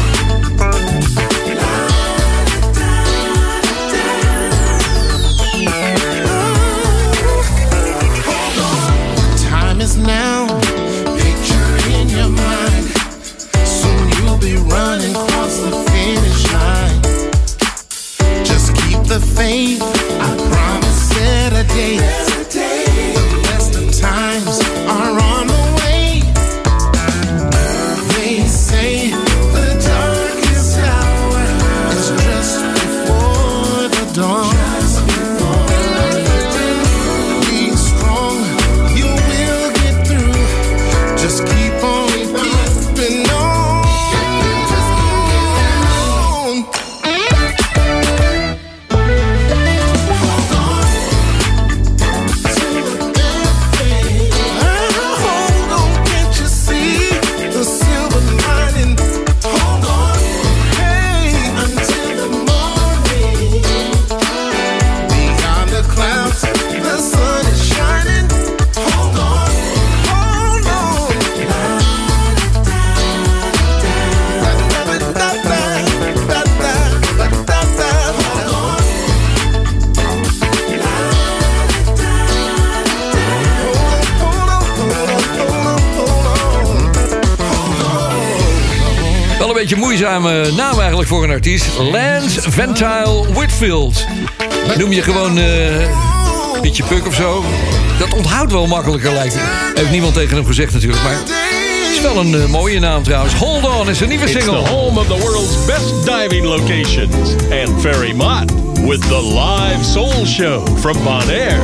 Is now, picture in your mind. Soon you'll be running across the finish line. Just keep the faith, I promise set a date. The best of times are on the way. They say the darkest hour is just before the dawn. Be strong, you will get through. Just keep on keeping on. Just keep on. Hold on to the birthday. Hold on, can't you see the silver lining? Hold on, hey, until the morning. Beyond the clouds, the sun is shining. Hold on, hold on. Wel een beetje moeizame naam eigenlijk voor een artiest. Lance Ventil Whitfield. Noem je gewoon uh, Pietje Puk of zo. Dat onthoudt wel makkelijker lijkt het. Heeft niemand tegen hem gezegd natuurlijk, maar het is wel een uh, mooie naam trouwens. Hold On is een nieuwe It's single. the home of the world's best diving locations. And Ferry Mott with the live soul show from Bonaire.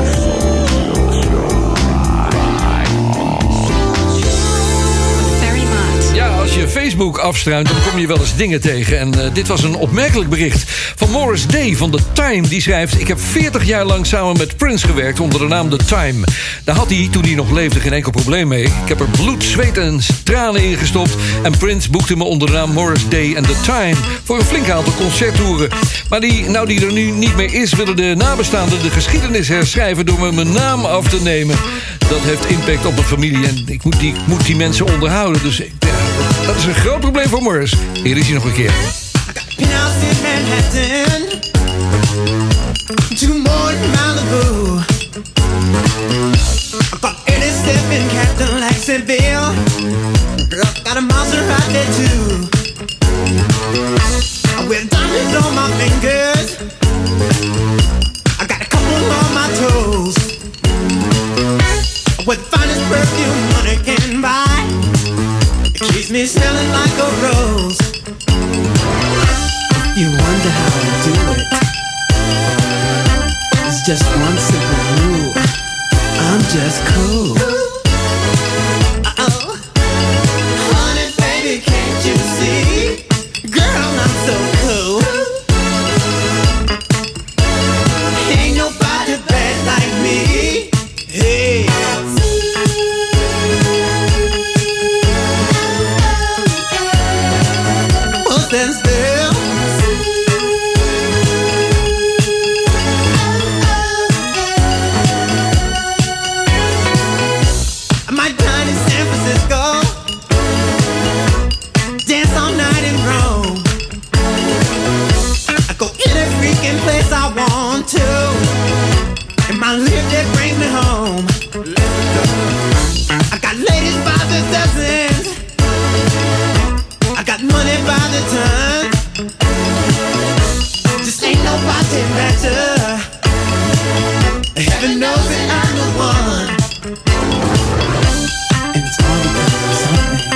Ja, als je Facebook afstruint, dan kom je wel eens dingen tegen. En uh, dit was een opmerkelijk bericht van Morris Day van The Time. Die schrijft: ik heb veertig jaar lang samen met Prince gewerkt onder de naam The Time. Daar had hij, toen hij nog leefde, geen enkel probleem mee. Ik heb er bloed, zweet en tranen in gestopt. En Prince boekte me onder de naam Morris Day and The Time voor een flink aantal concerttouren. Maar die, nou die er nu niet meer is, willen de nabestaanden de geschiedenis herschrijven door me mijn naam af te nemen. Dat heeft impact op mijn familie en ik moet die, ik moet die mensen onderhouden. Dus ik, ja, dat, dat is een groot probleem voor Morris. Hier is hij nog een keer. Penthouse in Manhattan, two more in Malibu. I got eighty-seven Cadillacs in Seville. Got a Maserati there too. With diamonds on my fingers, with finest perfume money can buy. It keeps me smelling like a rose. If you wonder how I do it, it's just one simple rule. I'm just cool. Uh-oh. Honey, baby, can't you see? Girl, I'm so cool. Ain't nobody bad like me. Hey. Well, stand still. I might dine in San Francisco, dance all night in Rome. I go any freaking place I want to, and my live that brings me home. I got ladies by the dozens, I got money by the ton. Just ain't nobody better. Heaven knows that I'm the one. And it's all because of something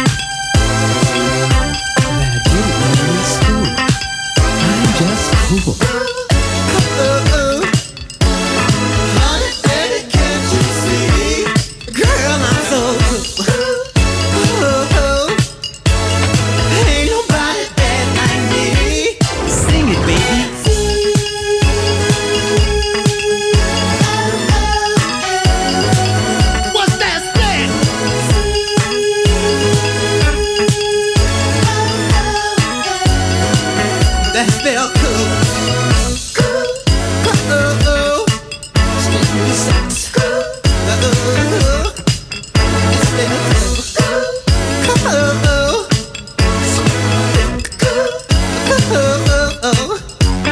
that I didn't learn in school. I'm just cool. Uh-oh. Honey, baby, can't you see? Girl, I'm so cool. Uh-oh. Ain't nobody bad like me. Sing it, baby. What's that stand? That spell cool. Uh-oh. Sex. Uh-oh. Uh-oh. Uh-oh.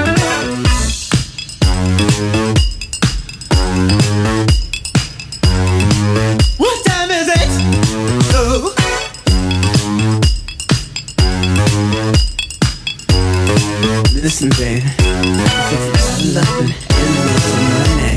What time is it? Oh. Listen, baby. I love it and listen money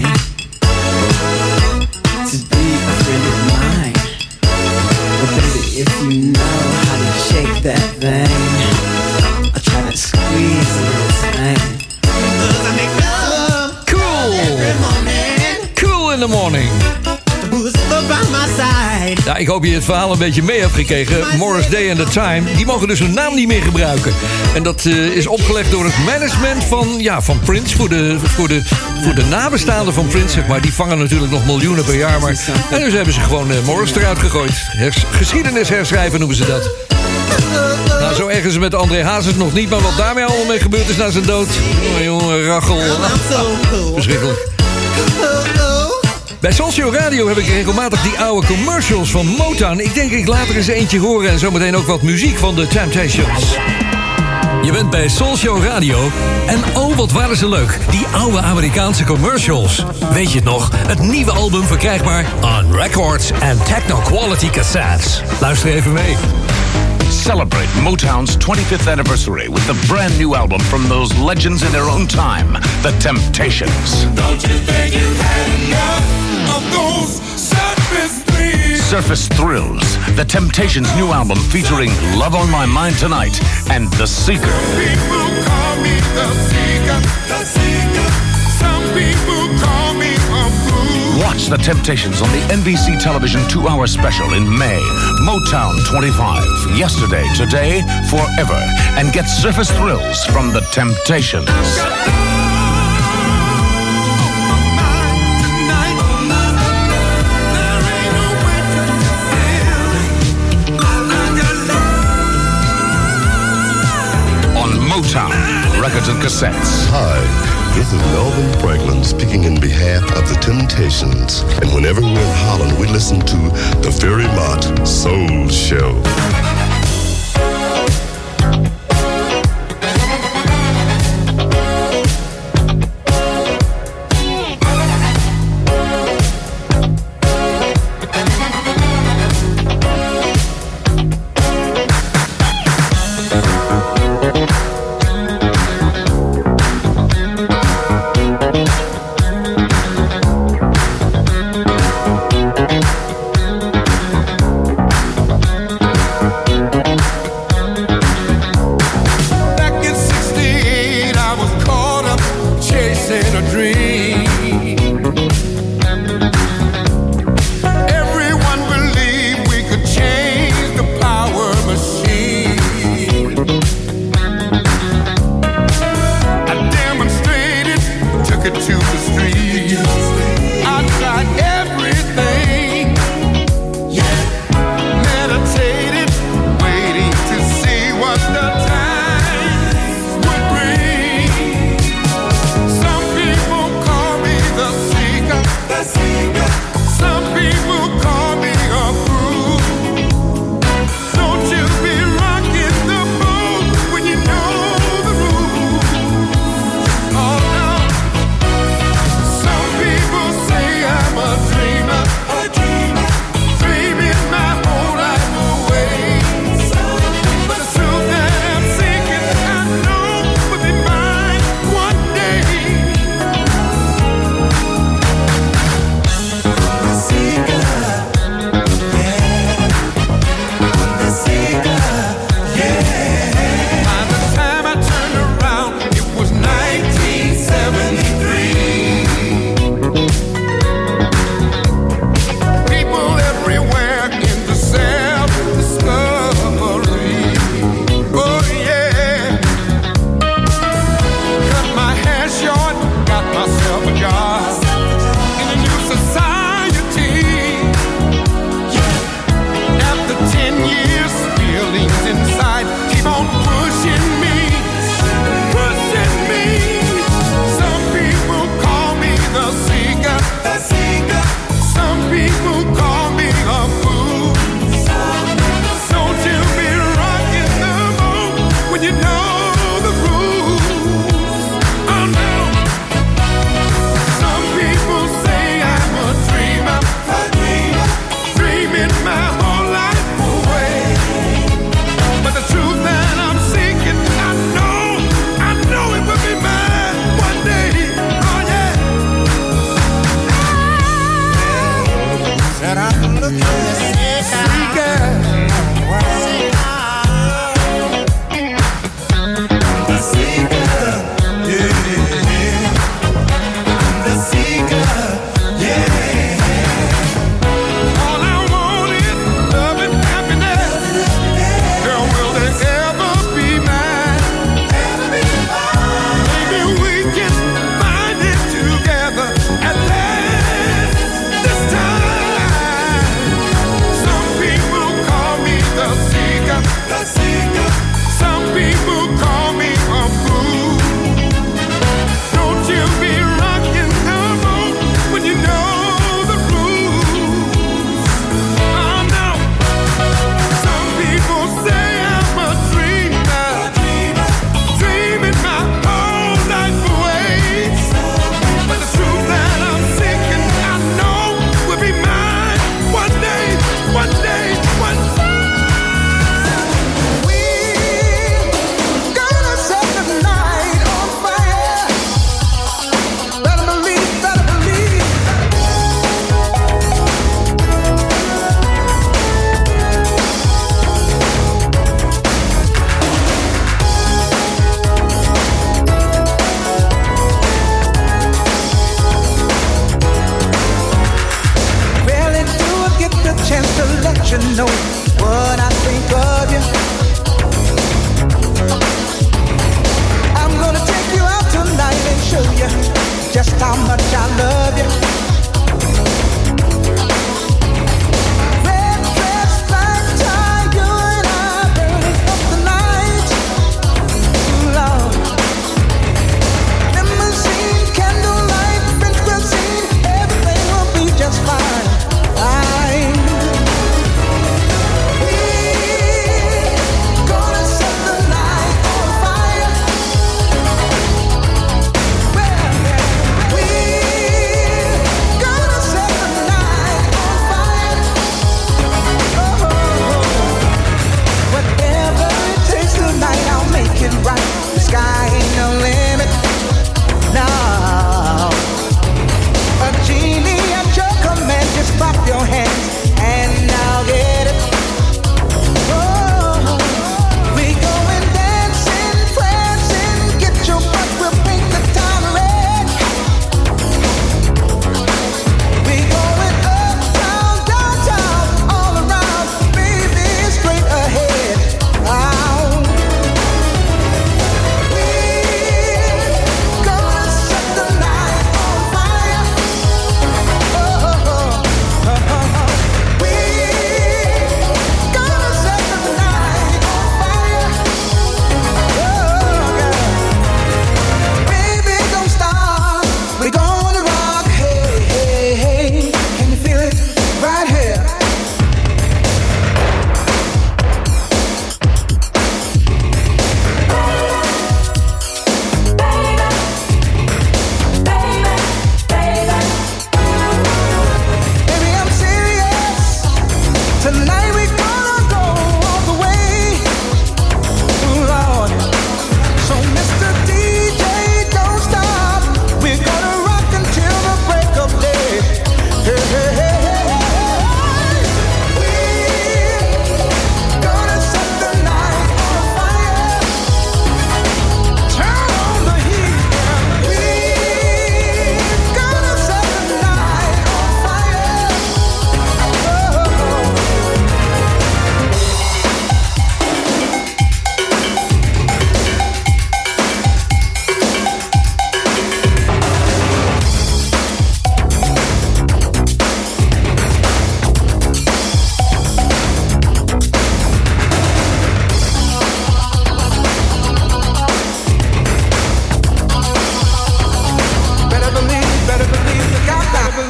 to be a friend of mine. But baby, if you know how to shake that thing, I'll try to squeeze a little thing. 'Cause I make love Cool. every morning. Cool in the morning. Who's up by my side? Ja, ik hoop je het verhaal een beetje mee hebt gekregen. Morris Day and the Time, die mogen dus hun naam niet meer gebruiken. En dat uh, is opgelegd door het management van, ja, van Prince. Voor de, voor, de, voor de nabestaanden van Prince, zeg maar. Die vangen natuurlijk nog miljoenen per jaar. Maar, en dus hebben ze gewoon uh, Morris eruit gegooid. Hers, geschiedenis herschrijven noemen ze dat. Nou, zo ergens met André Hazes nog niet. Maar wat daarmee allemaal mee gebeurd is na zijn dood. Oh, jongen, rachel. Verschrikkelijk. Bij Soulshow Radio heb ik regelmatig die oude commercials van Motown. Ik denk, ik laat er eens eentje horen en zometeen ook wat muziek van The Temptations. Je bent bij Soulshow Radio en oh, wat waren ze leuk. Die oude Amerikaanse commercials. Weet je het nog? Het nieuwe album verkrijgbaar on records en techno quality cassettes. Luister even mee. Celebrate Motown's twenty-fifth anniversary with the brand new album from those legends in their own time, The Temptations. Don't you think you've had enough of those surface thrills? Surface Thrills, The Temptations' new album featuring Love on My Mind Tonight and The Seeker. People call me the seeker, the seeker. Some people call me a fool. Watch The Temptations on the N B C television two-hour special in May. Motown twenty-five, yesterday, today, forever. And get Surface Thrills from The Temptations. Motown records and cassettes. Hi, this is Melvin Franklin speaking in behalf of the Temptations. And whenever we're in Holland, we listen to the Ferry Mott Soul Show. Some people call me a fool. Don't you be rocking the boat when you know the rules. Oh no. Some people say I'm a dreamer, a dreamer, dreaming my whole life away. But the truth that I'm seeking, I know will be mine one day. By the time I turned around, it was nineteen seventy-three. People everywhere into self-discovery. Oh yeah. Cut my hair short, got myself a job in a new society. After ten years, feelings inside keep on pushing me, pushing me. Some people call me the seeker, the seeker. Some people call me a fool. Don't you be rocking the boat when you know the rules. Oh no. Some people say I'm a dreamer, a dreamer, dreaming my whole life away. But the truth that I'm seeking, I know, I know it will be mine one day. Oh yeah. Said I'm looking for the seeker. The seeker, yeah. The seeker, yeah. All I want is love and happiness. Girl, will they ever be mine? Maybe we can find it together at last this time. Some people call me the seeker, the seeker. Some people call me a fool. Don't you be rocking the boat when you know the rules. Oh no. Some people say I'm a dreamer, dreaming my whole life away. But the truth that I'm seeking, I know will be mine one day, one day, one day. We're gonna set the night on fire. Better believe, better believe. Really do get the chance to let you know what I think of you. I'm gonna take you out tonight and show you just how much I love you. Red dress, black tie, you and I burning up the night. Love. Limousine, candlelight, French cuisine, everything will be just fine. Fine.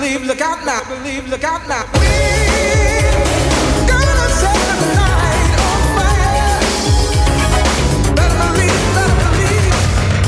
believe, look out now, believe, look out now. Gonna set the night on fire. Better believe, better believe.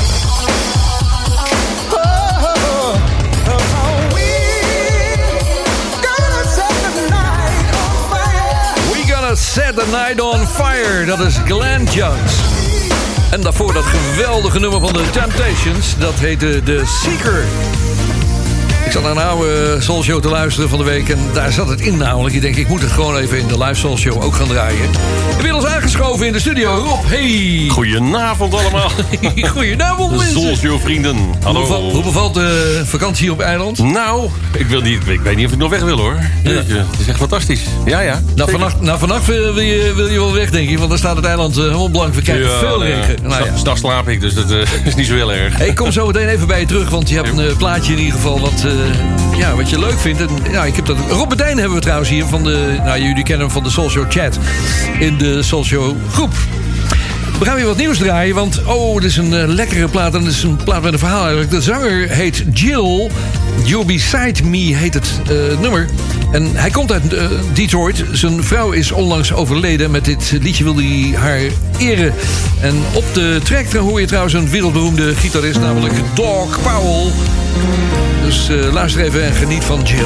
Oh, oh, oh, we're gonna set the night on fire. We gonna set the night on fire. Dat is Glenn Jones. En daarvoor dat geweldige nummer van de Temptations. Dat heette The Seeker. Ik zat naar een oude Soul Show te luisteren van de week. En daar zat het in namelijk. Ik denk, ik moet het gewoon even in de live Soul Show ook gaan draaien. Inmiddels aangeschoven in de studio. Rob, hey. Goedenavond allemaal. Goedenavond mensen. Soul Show vrienden. Hallo. Hoe bevalt, hoe bevalt de vakantie op eiland? Nou, ik, wil niet, ik weet niet of ik nog weg wil hoor. Ja. Het is echt fantastisch. Ja, ja. Nou, vannacht, nou, vannacht wil, je, wil je wel weg, denk ik. Want dan staat het eiland uh, helemaal blank. We kijken ja, veel nou, regen. Nou, ja. S'nachts slaap ik, dus dat uh, is niet zo heel erg. Hey, ik kom zo meteen even bij je terug. Want je hebt een uh, plaatje in ieder geval wat, uh, ja, wat je leuk vindt. En, ja, ik heb dat, Rob Bedijn hebben we trouwens hier. Van de, nou, jullie kennen hem van de Soul Show Chat. In de Soul Show groep. We gaan weer wat nieuws draaien, want oh, dit is een uh, lekkere plaat. En dit is een plaat met een verhaal eigenlijk. De zanger heet Jill. You're Beside Me heet het uh, nummer. En hij komt uit uh, Detroit. Zijn vrouw is onlangs overleden. Met dit liedje wil hij haar eren. En op de track hoor je trouwens een wereldberoemde gitarist, namelijk Dog Powell. Dus uh, luister even en geniet van Jill.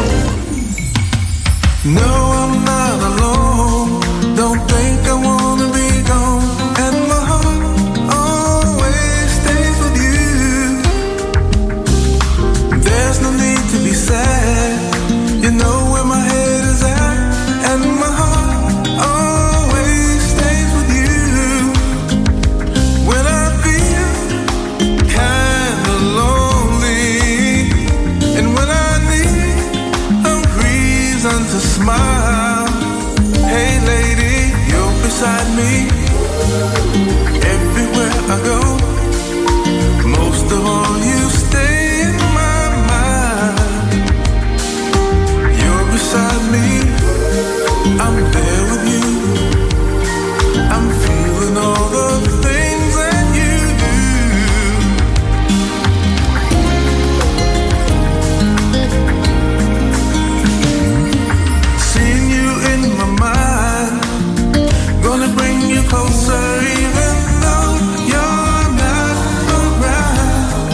No, I'm not alone. Don't think I wanna be gone. And my heart always stays with you. There's no need to be sad. You know where my head is at. And my heart always stays with you. When I feel kinda lonely. And when I need a reason to smile. Hey lady, you're beside me. Everywhere I go. Most of all you stay in my mind. You're beside me. I'm there with you. I'm feeling all the things that you do. Seeing you in my mind, gonna bring you closer even though you're not around.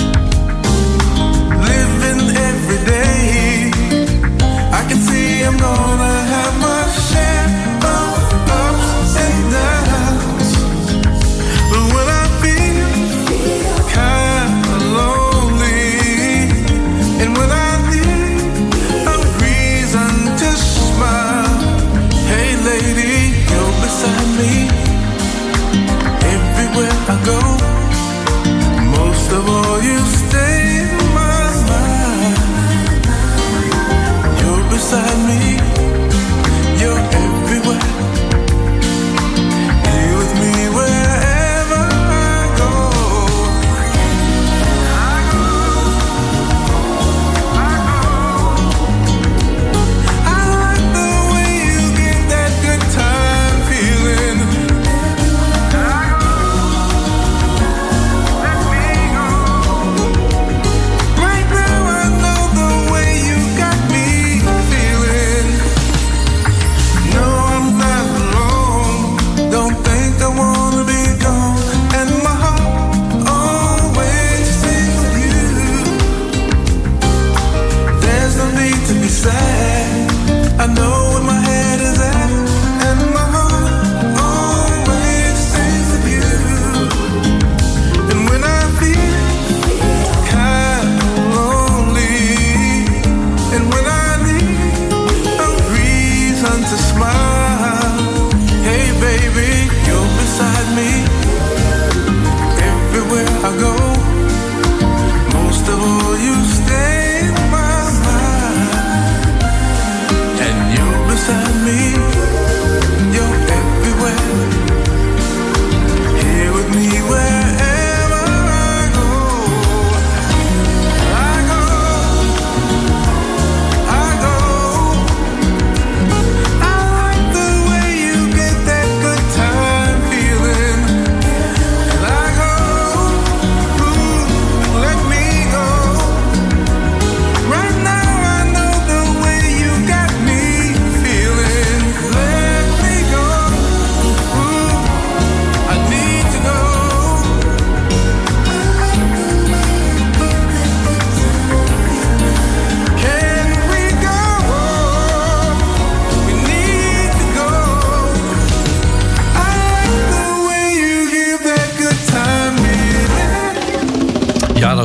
Living every day, I can see I'm gonna have my share of ups and downs. But when I feel kinda lonely, and when I need a reason to smile, hey lady, you're beside me. Everywhere I go, most of all you stay in my mind. You're beside me, you're everywhere. Here with me wherever I go. I go, I go. I like the way you give that good time feeling. I go, let me go. Right now I know the way you got me feeling. No, I'm not alone. Don't think I wanna be gone. And my heart always stays with you. There's no need to be sad. I know where my head is at. And my heart always stays with you. And when I feel kinda lonely, and when I need a reason to smile, hey baby, you're beside me. Everywhere I go, most of all you stay in my mind. And you're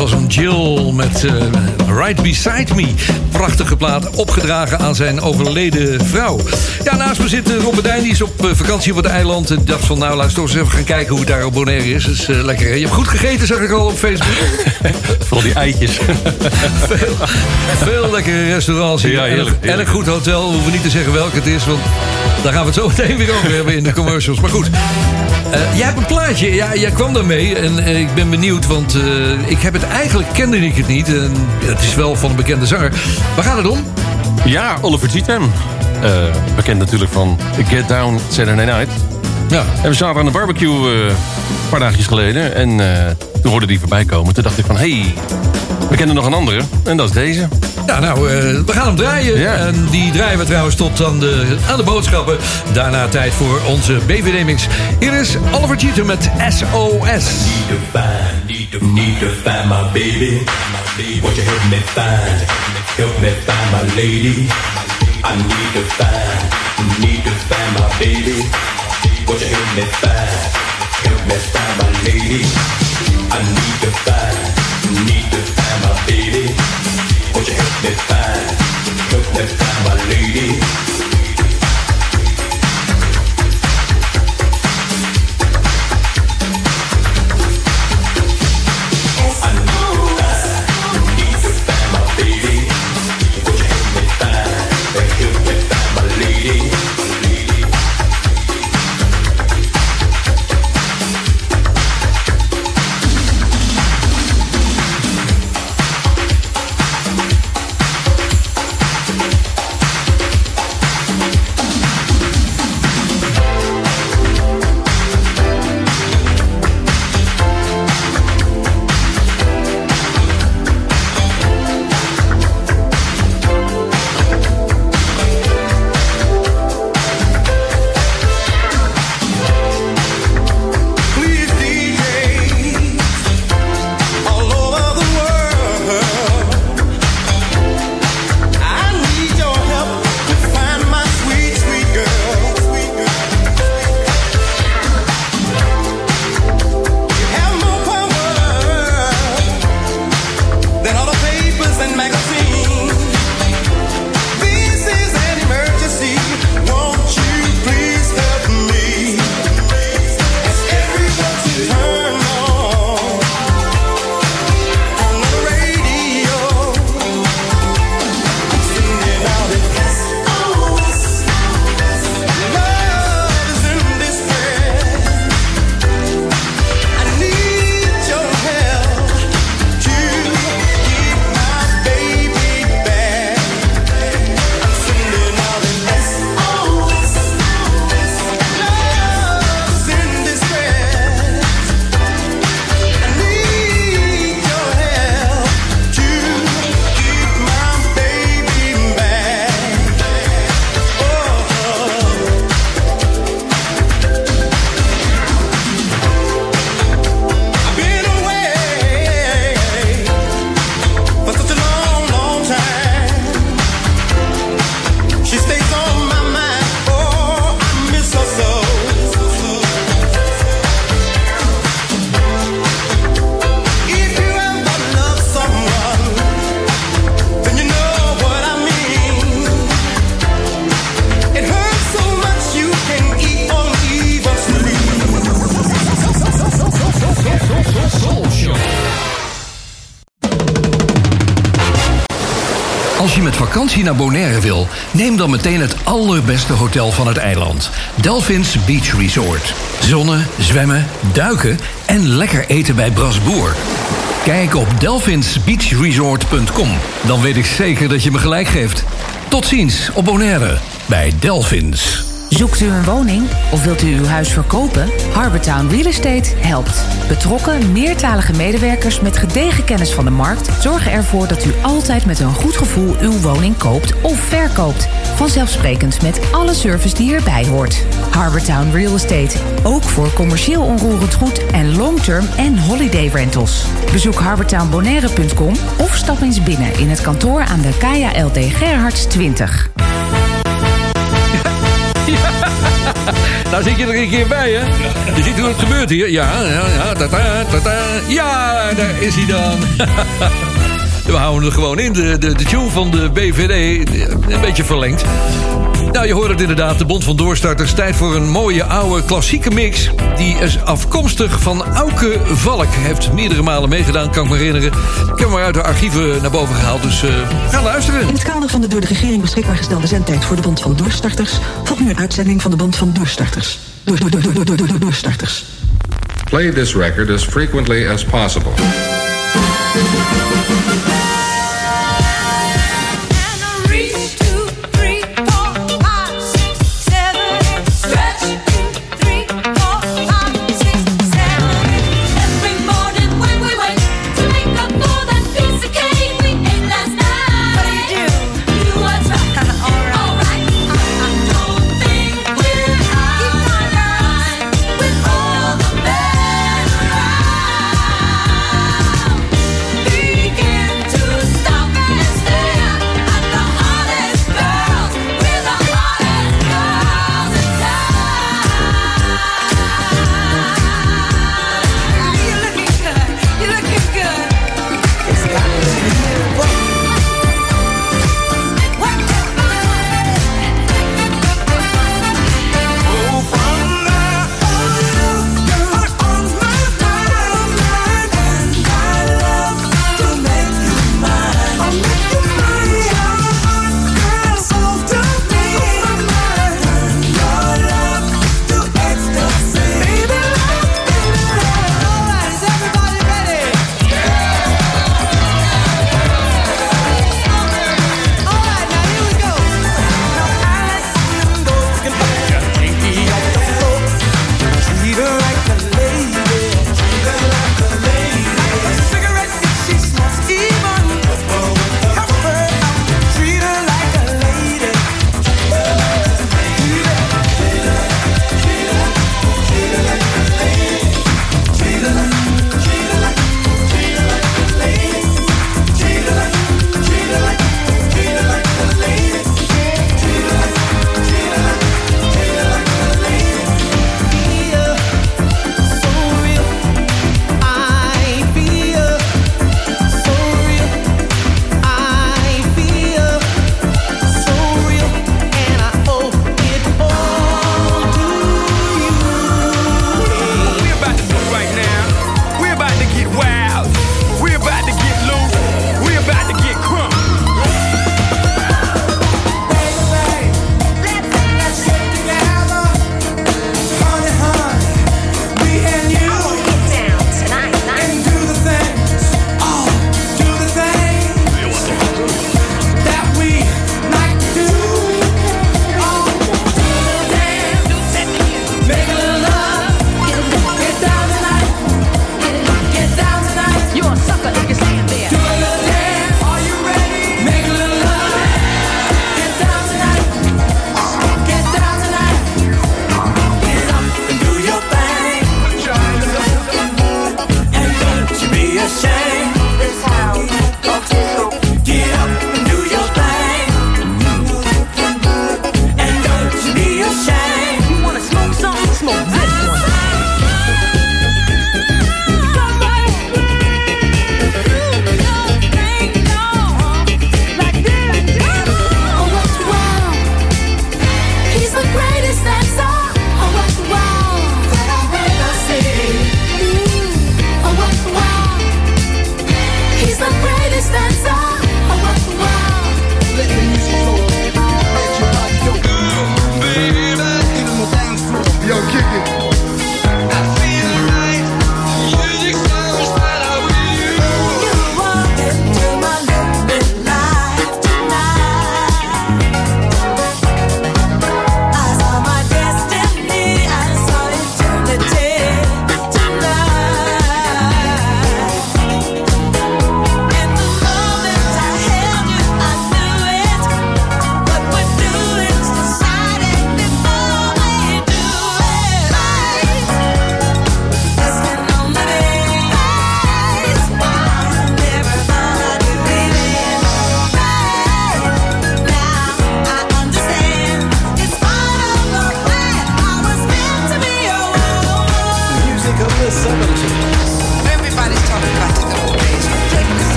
was een Jill met uh, Right Beside Me. Prachtige plaat, opgedragen aan zijn overleden vrouw. Ja, naast me zit uh, Rob Bedijn, die is op uh, vakantie op het eiland. En dacht van, nou, laten we toch eens even gaan kijken hoe het daar op Bonaire is. Dat is uh, lekker, hè? Je hebt goed gegeten, zag ik al op Facebook. Vooral die eitjes. veel, veel lekkere restaurants hier. Ja, heerlijk, heerlijk. En een goed hotel. We hoeven niet te zeggen welk het is, want daar gaan we het zo meteen weer over hebben in de commercials. Maar goed, uh, jij hebt een plaatje. Ja, jij kwam daarmee en uh, ik ben benieuwd, want uh, ik heb het eigenlijk, kende ik het niet. En het is wel van een bekende zanger. Waar gaat het om? Ja, Oliver Cheatham. Uh, bekend natuurlijk van Get Down Saturday Night. Ja. En we zaten aan de barbecue uh, een paar dagjes geleden. En uh, toen hoorde die voorbij komen. Toen dacht ik van, hé, hey, we kennen nog een andere. En dat is deze. Ja, nou, uh, we gaan hem draaien. Ja. En die draaien we trouwens tot aan de, aan de boodschappen. Daarna tijd voor onze B V D-mix. Hier is Oliver Cheatham met S O S. Need to find, need to, need to find my baby. Won't you help me find, help me find my lady. I need to find, need to find my baby. Won't you help me find, help me find my lady. I need to find, need to find my baby. Won't you help me find, help me find my lady. Als je met vakantie naar Bonaire wil, neem dan meteen het allerbeste hotel van het eiland. Delphins Beach Resort. Zonnen, zwemmen, duiken en lekker eten bij Brasboer. Kijk op delphins beach resort punt com. Dan weet ik zeker dat je me gelijk geeft. Tot ziens op Bonaire bij Delphins. Zoekt u een woning of wilt u uw huis verkopen? Harbortown Real Estate helpt. Betrokken, meertalige medewerkers met gedegen kennis van de markt zorgen ervoor dat u altijd met een goed gevoel uw woning koopt of verkoopt. Vanzelfsprekend met alle service die erbij hoort. Harbortown Real Estate, ook voor commercieel onroerend goed en long-term en holiday rentals. Bezoek harbortown bonaire punt com of stap eens binnen in het kantoor aan de K A L D Gerhards twintig. Ja. Nou zit je er een keer bij, hè? Je ziet hoe het gebeurt hier. Ja, ja, ja, tata, tata. Ja, daar is hij dan. We houden er gewoon in. De, de, de tune van de B V D, een beetje verlengd. Nou, je hoort het inderdaad, de Bond van Doorstarters. Tijd voor een mooie oude klassieke mix. Die is afkomstig van Auke Valk. Heeft meerdere malen meegedaan, kan ik me herinneren. Ik heb hem maar uit de archieven naar boven gehaald, dus uh, ga luisteren. In het kader van de door de regering beschikbaar gestelde zendtijd voor de Bond van Doorstarters volgt nu een uitzending van de Bond van Doorstarters. Door, door, door, door, door, door, door, Doorstarters. Play this record as frequently as possible. Begin to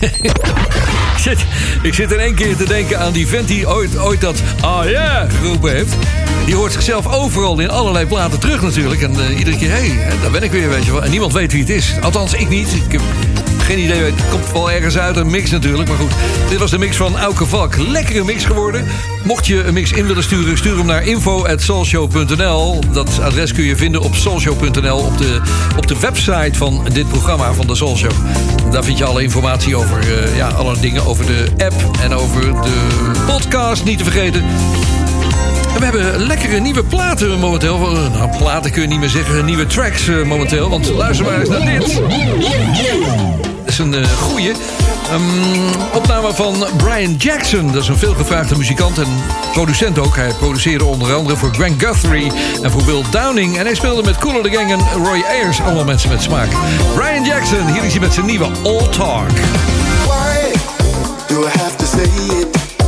ik, zit, ik zit in één keer te denken aan die vent die ooit, ooit dat oh yeah geroepen heeft. Die hoort zichzelf overal in allerlei platen terug natuurlijk. En uh, iedere keer, hé, hey, daar ben ik weer, weet je wel. En niemand weet wie het is. Althans, ik niet. Ik heb geen idee. Het komt wel ergens uit, een mix natuurlijk. Maar goed, dit was de mix van Auke Valk. Lekkere mix geworden. Mocht je een mix in willen sturen, stuur hem naar info at soulshow punt n l. Dat adres kun je vinden op soulshow punt n l. Op de, op de website van dit programma, van de Soul Show. Daar vind je alle informatie over, uh, ja, alle dingen over de app en over de podcast, niet te vergeten. En we hebben lekkere nieuwe platen momenteel. Nou, platen kun je niet meer zeggen, nieuwe tracks uh, momenteel. Want luister maar eens naar dit. Dat is een uh, goeie. Um, opname van Brian Jackson. Dat is een veelgevraagde muzikant en producent ook. Hij produceerde onder andere voor Grant Guthrie en voor Will Downing. En hij speelde met Kool and the Gang en Roy Ayers. Allemaal mensen met smaak. Brian Jackson, hier is hij met zijn nieuwe All Talk. Why do I have to say it?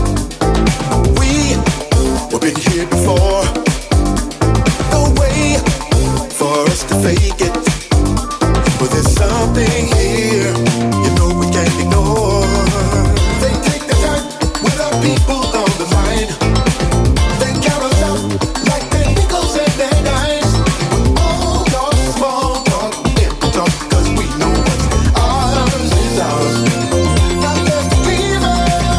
We We've been here before. No way for us to fake it. But there's something here you know we can't ignore. They take the time with our people on the line. They count us out like their nickels and their dimes. All talk, small talk, empty talk, 'cause we know what's ours is ours. Not just the fever.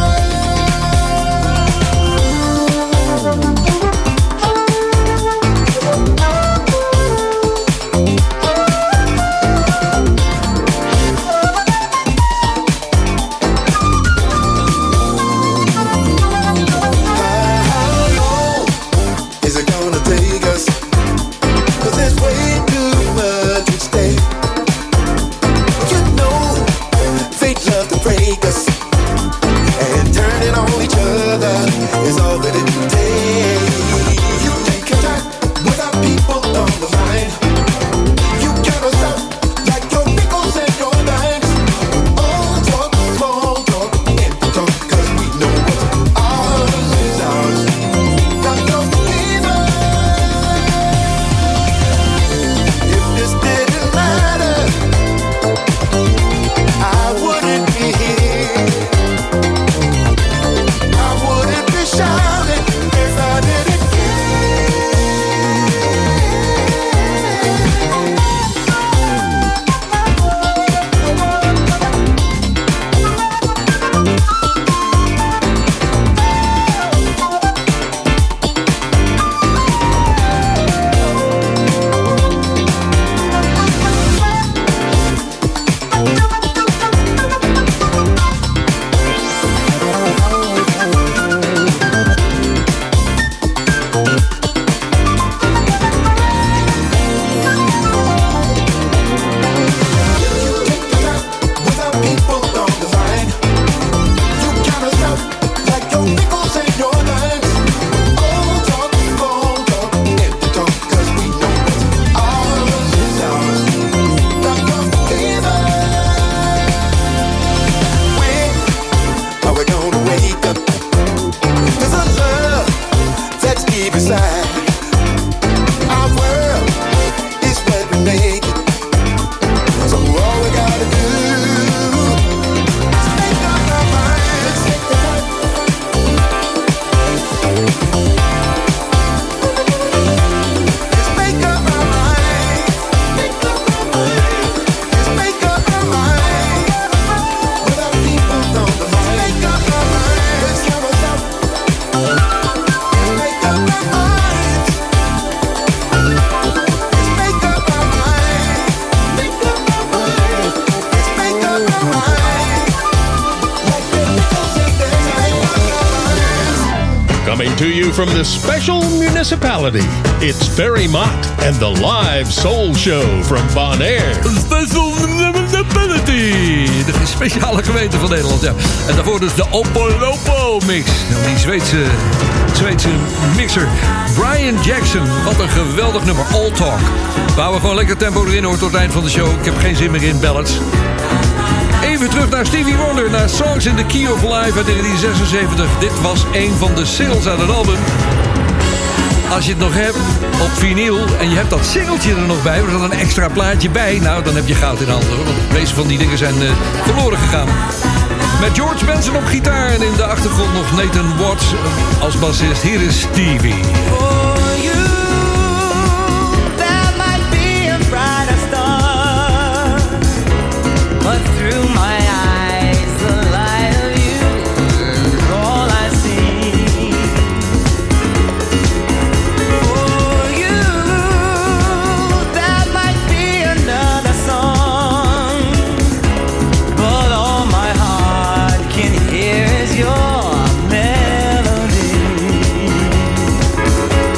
To you from the special municipality, it's Ferry Mott and the live soul show from Bonaire. Special municipality, de speciale gemeente van Nederland, ja. En daarvoor dus de Opolopo mix. Die Zweedse, Zweedse mixer Brian Jackson. Wat een geweldig nummer, All Talk. We houden gewoon lekker tempo erin hoor tot het eind van de show. Ik heb geen zin meer in ballads. Even terug naar Stevie Wonder, naar Songs in the Key of Life uit negentien zesenzeventig. Dit was een van de singles uit het album. Als je het nog hebt op vinyl en je hebt dat singeltje er nog bij, er zat een extra plaatje bij, nou dan heb je goud in handen hoor. Want de meeste van die dingen zijn uh, verloren gegaan. Met George Benson op gitaar en in de achtergrond nog Nathan Watts als bassist. Hier is Stevie. For you, there might be a brighter star, but through my eyes, the light of you is all I see. For you, there might be another song, but all my heart can hear is your melody.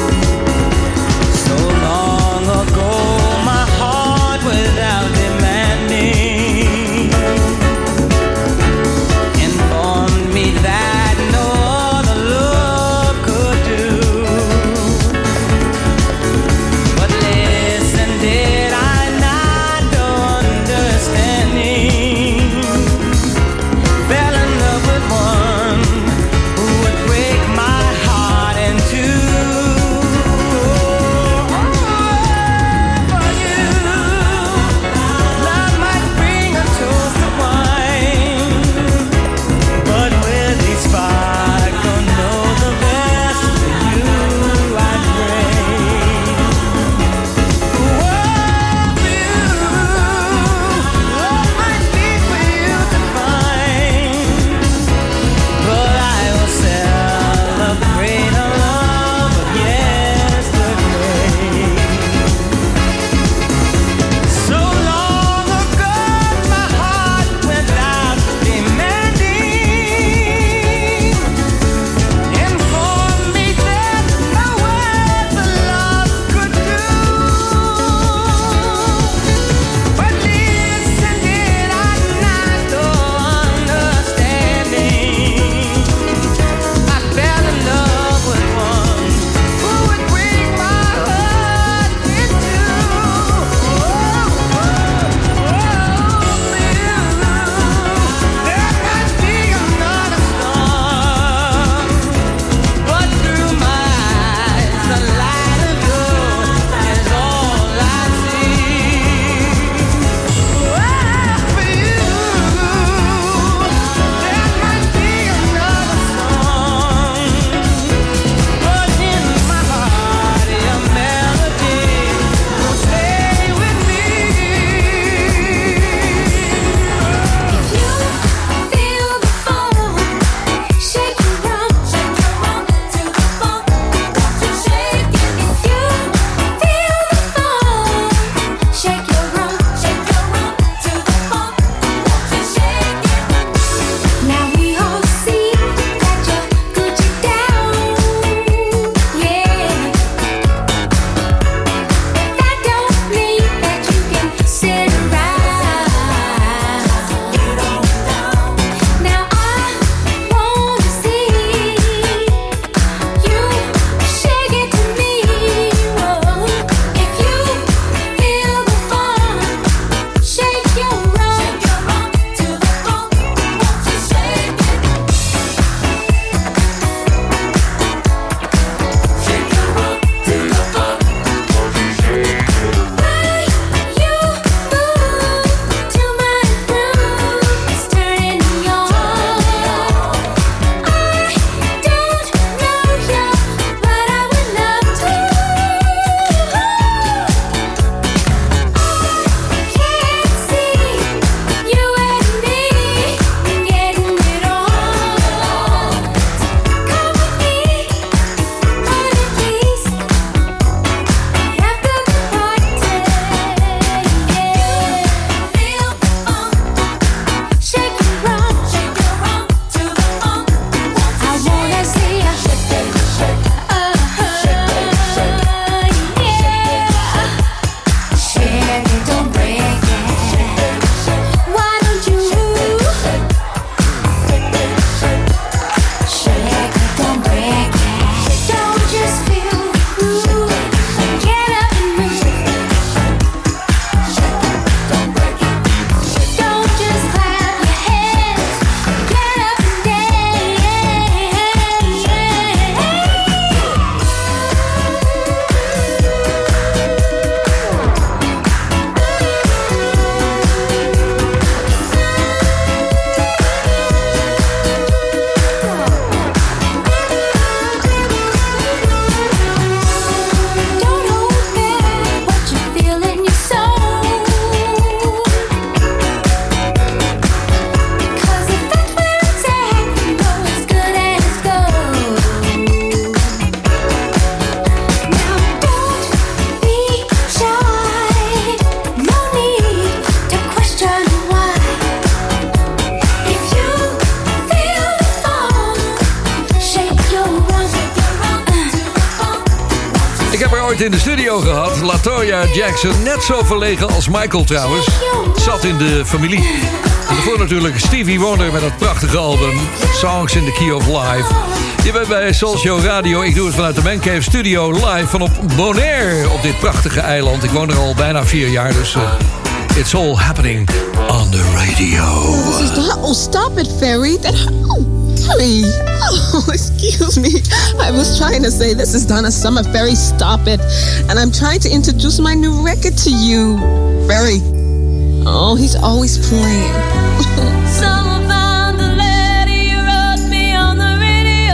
ooit in de studio gehad. LaToya Jackson, net zo verlegen als Michael trouwens. Zat in de familie. En daarvoor natuurlijk Stevie Wonder met dat prachtige album Songs in the Key of Life. Je bent bij Soul Show Radio. Ik doe het vanuit de Mancave Studio live van op Bonaire. Op dit prachtige eiland. Ik woon er al bijna vier jaar, dus uh, it's all happening on the radio. This is the, oh, stop it, Ferry. That, oh, Ferry. Oh, excuse me. I was trying to say this is Donna Summer. Ferry, stop it. And I'm trying to introduce my new record to you. Ferry. Oh, he's always playing. Someone found the letter you wrote me on the radio,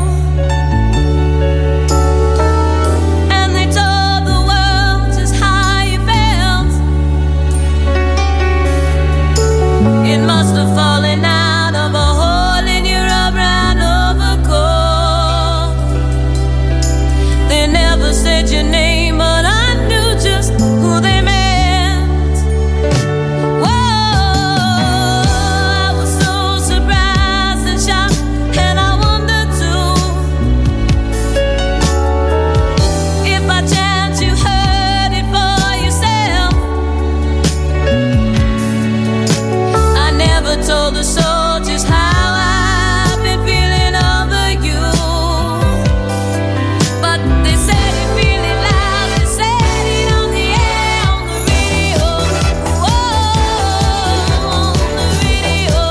and they told the world just how you felt. It must have fallen out of a hole in your brown overcoat. They never said your name, but I knew just who they meant. Told the soldiers how I've been feeling over you, but they said it really loud. They said it on the air, on the radio, whoa, on the radio,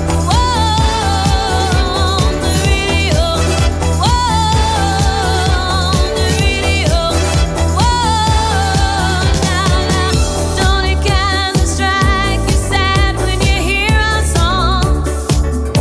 whoa, on the radio, whoa, on the radio, whoa. Now, now, don't it kind of strike you sad when you hear us?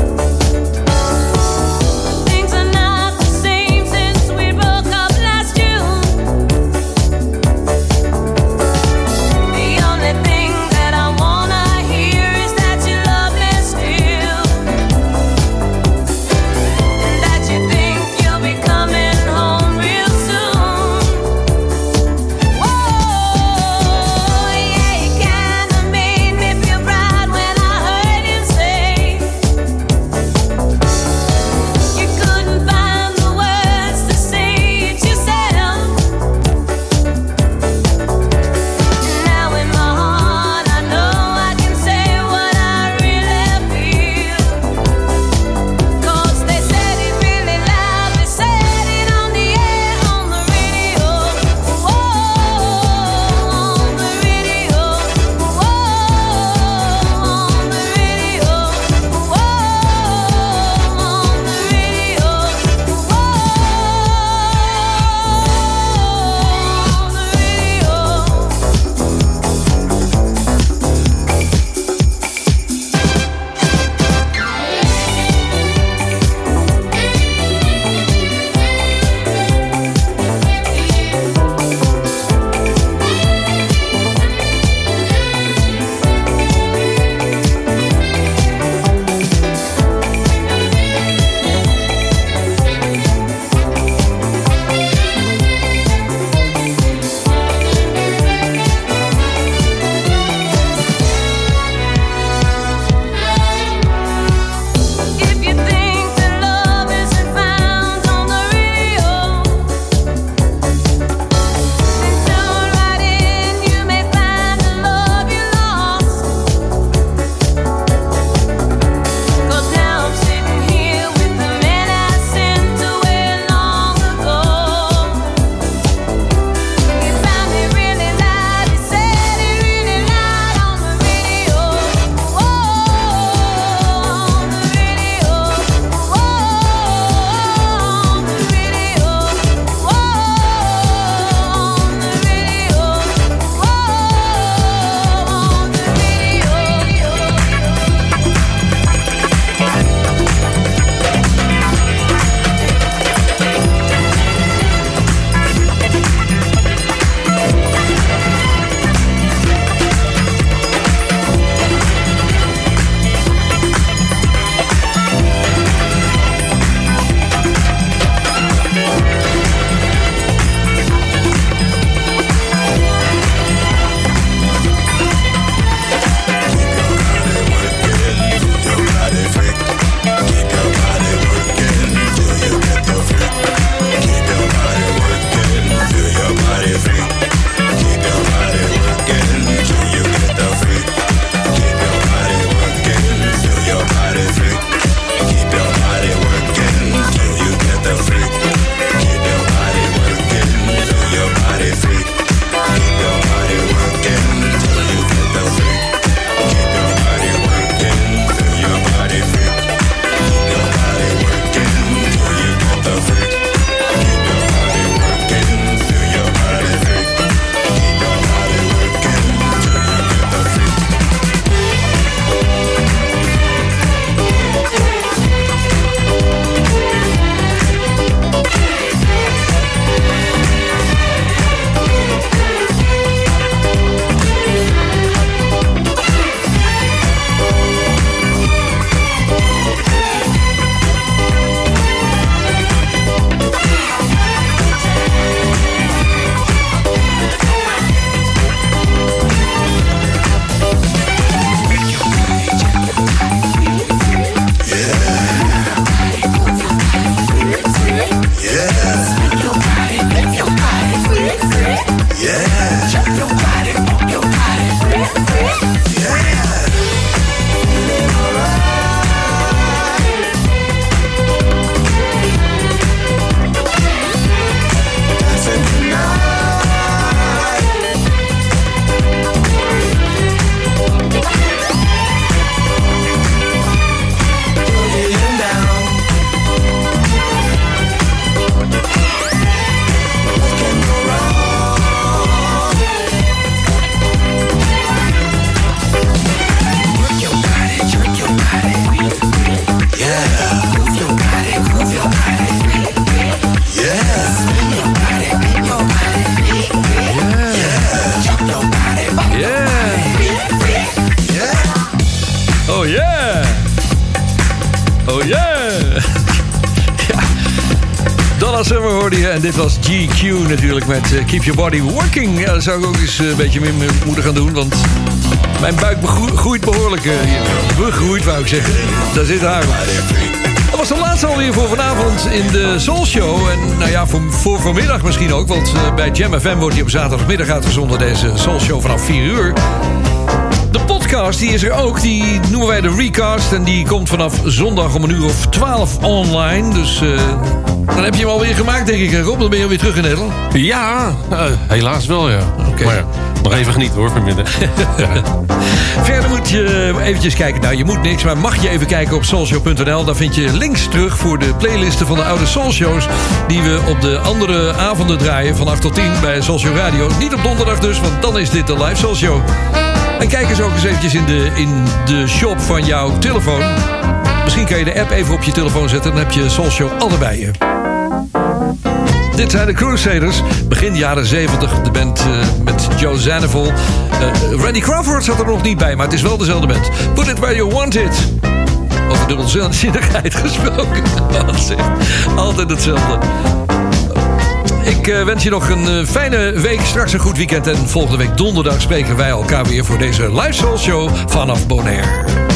Oh yeah! Ja. Donna Summer hoorde je en dit was G Q natuurlijk met uh, Keep Your Body Working. Ja, dat zou ik ook eens uh, een beetje meer moeten gaan doen, want mijn buik begro- groeit behoorlijk uh, hier. Begroeit, wou ik zeggen. Daar zit haar. Dat was de laatste alweer voor vanavond in de Soul Show. En nou ja, voor, voor vanmiddag misschien ook, want uh, bij Jam F M wordt die op zaterdagmiddag uitgezonden, deze Soul Show vanaf vier uur. De podcast die is er ook, die noemen wij de Recast. En die komt vanaf zondag om een uur of twaalf online. Dus uh, dan heb je hem alweer gemaakt, denk ik. Rob, dan ben je alweer terug in Nederland. Ja, uh, helaas wel, ja. Okay. Maar ja, nog even genieten hoor, vanmiddag. Ja. Verder moet je eventjes kijken. Nou, je moet niks, maar mag je even kijken op soulshow punt n l. Daar vind je links terug voor de playlisten van de oude Soulshows die we op de andere avonden draaien van acht tot tien bij Soulshow Radio. Niet op donderdag dus, want dan is dit de live Soulshow. En kijk eens ook eens eventjes in de, in de shop van jouw telefoon. Misschien kan je de app even op je telefoon zetten. Dan heb je Soulshow altijd bij je. Dit zijn de Crusaders. Begin jaren zeventig. De band uh, met Joe Zanevol. Uh, Randy Crawford zat er nog niet bij, maar het is wel dezelfde band. Put it where you want it. Over dubbelzinnigheid gesproken. Altijd hetzelfde. Ik uh, wens je nog een uh, fijne week. Straks een goed weekend. En volgende week donderdag spreken wij elkaar weer voor deze live Soul Show vanaf Bonaire.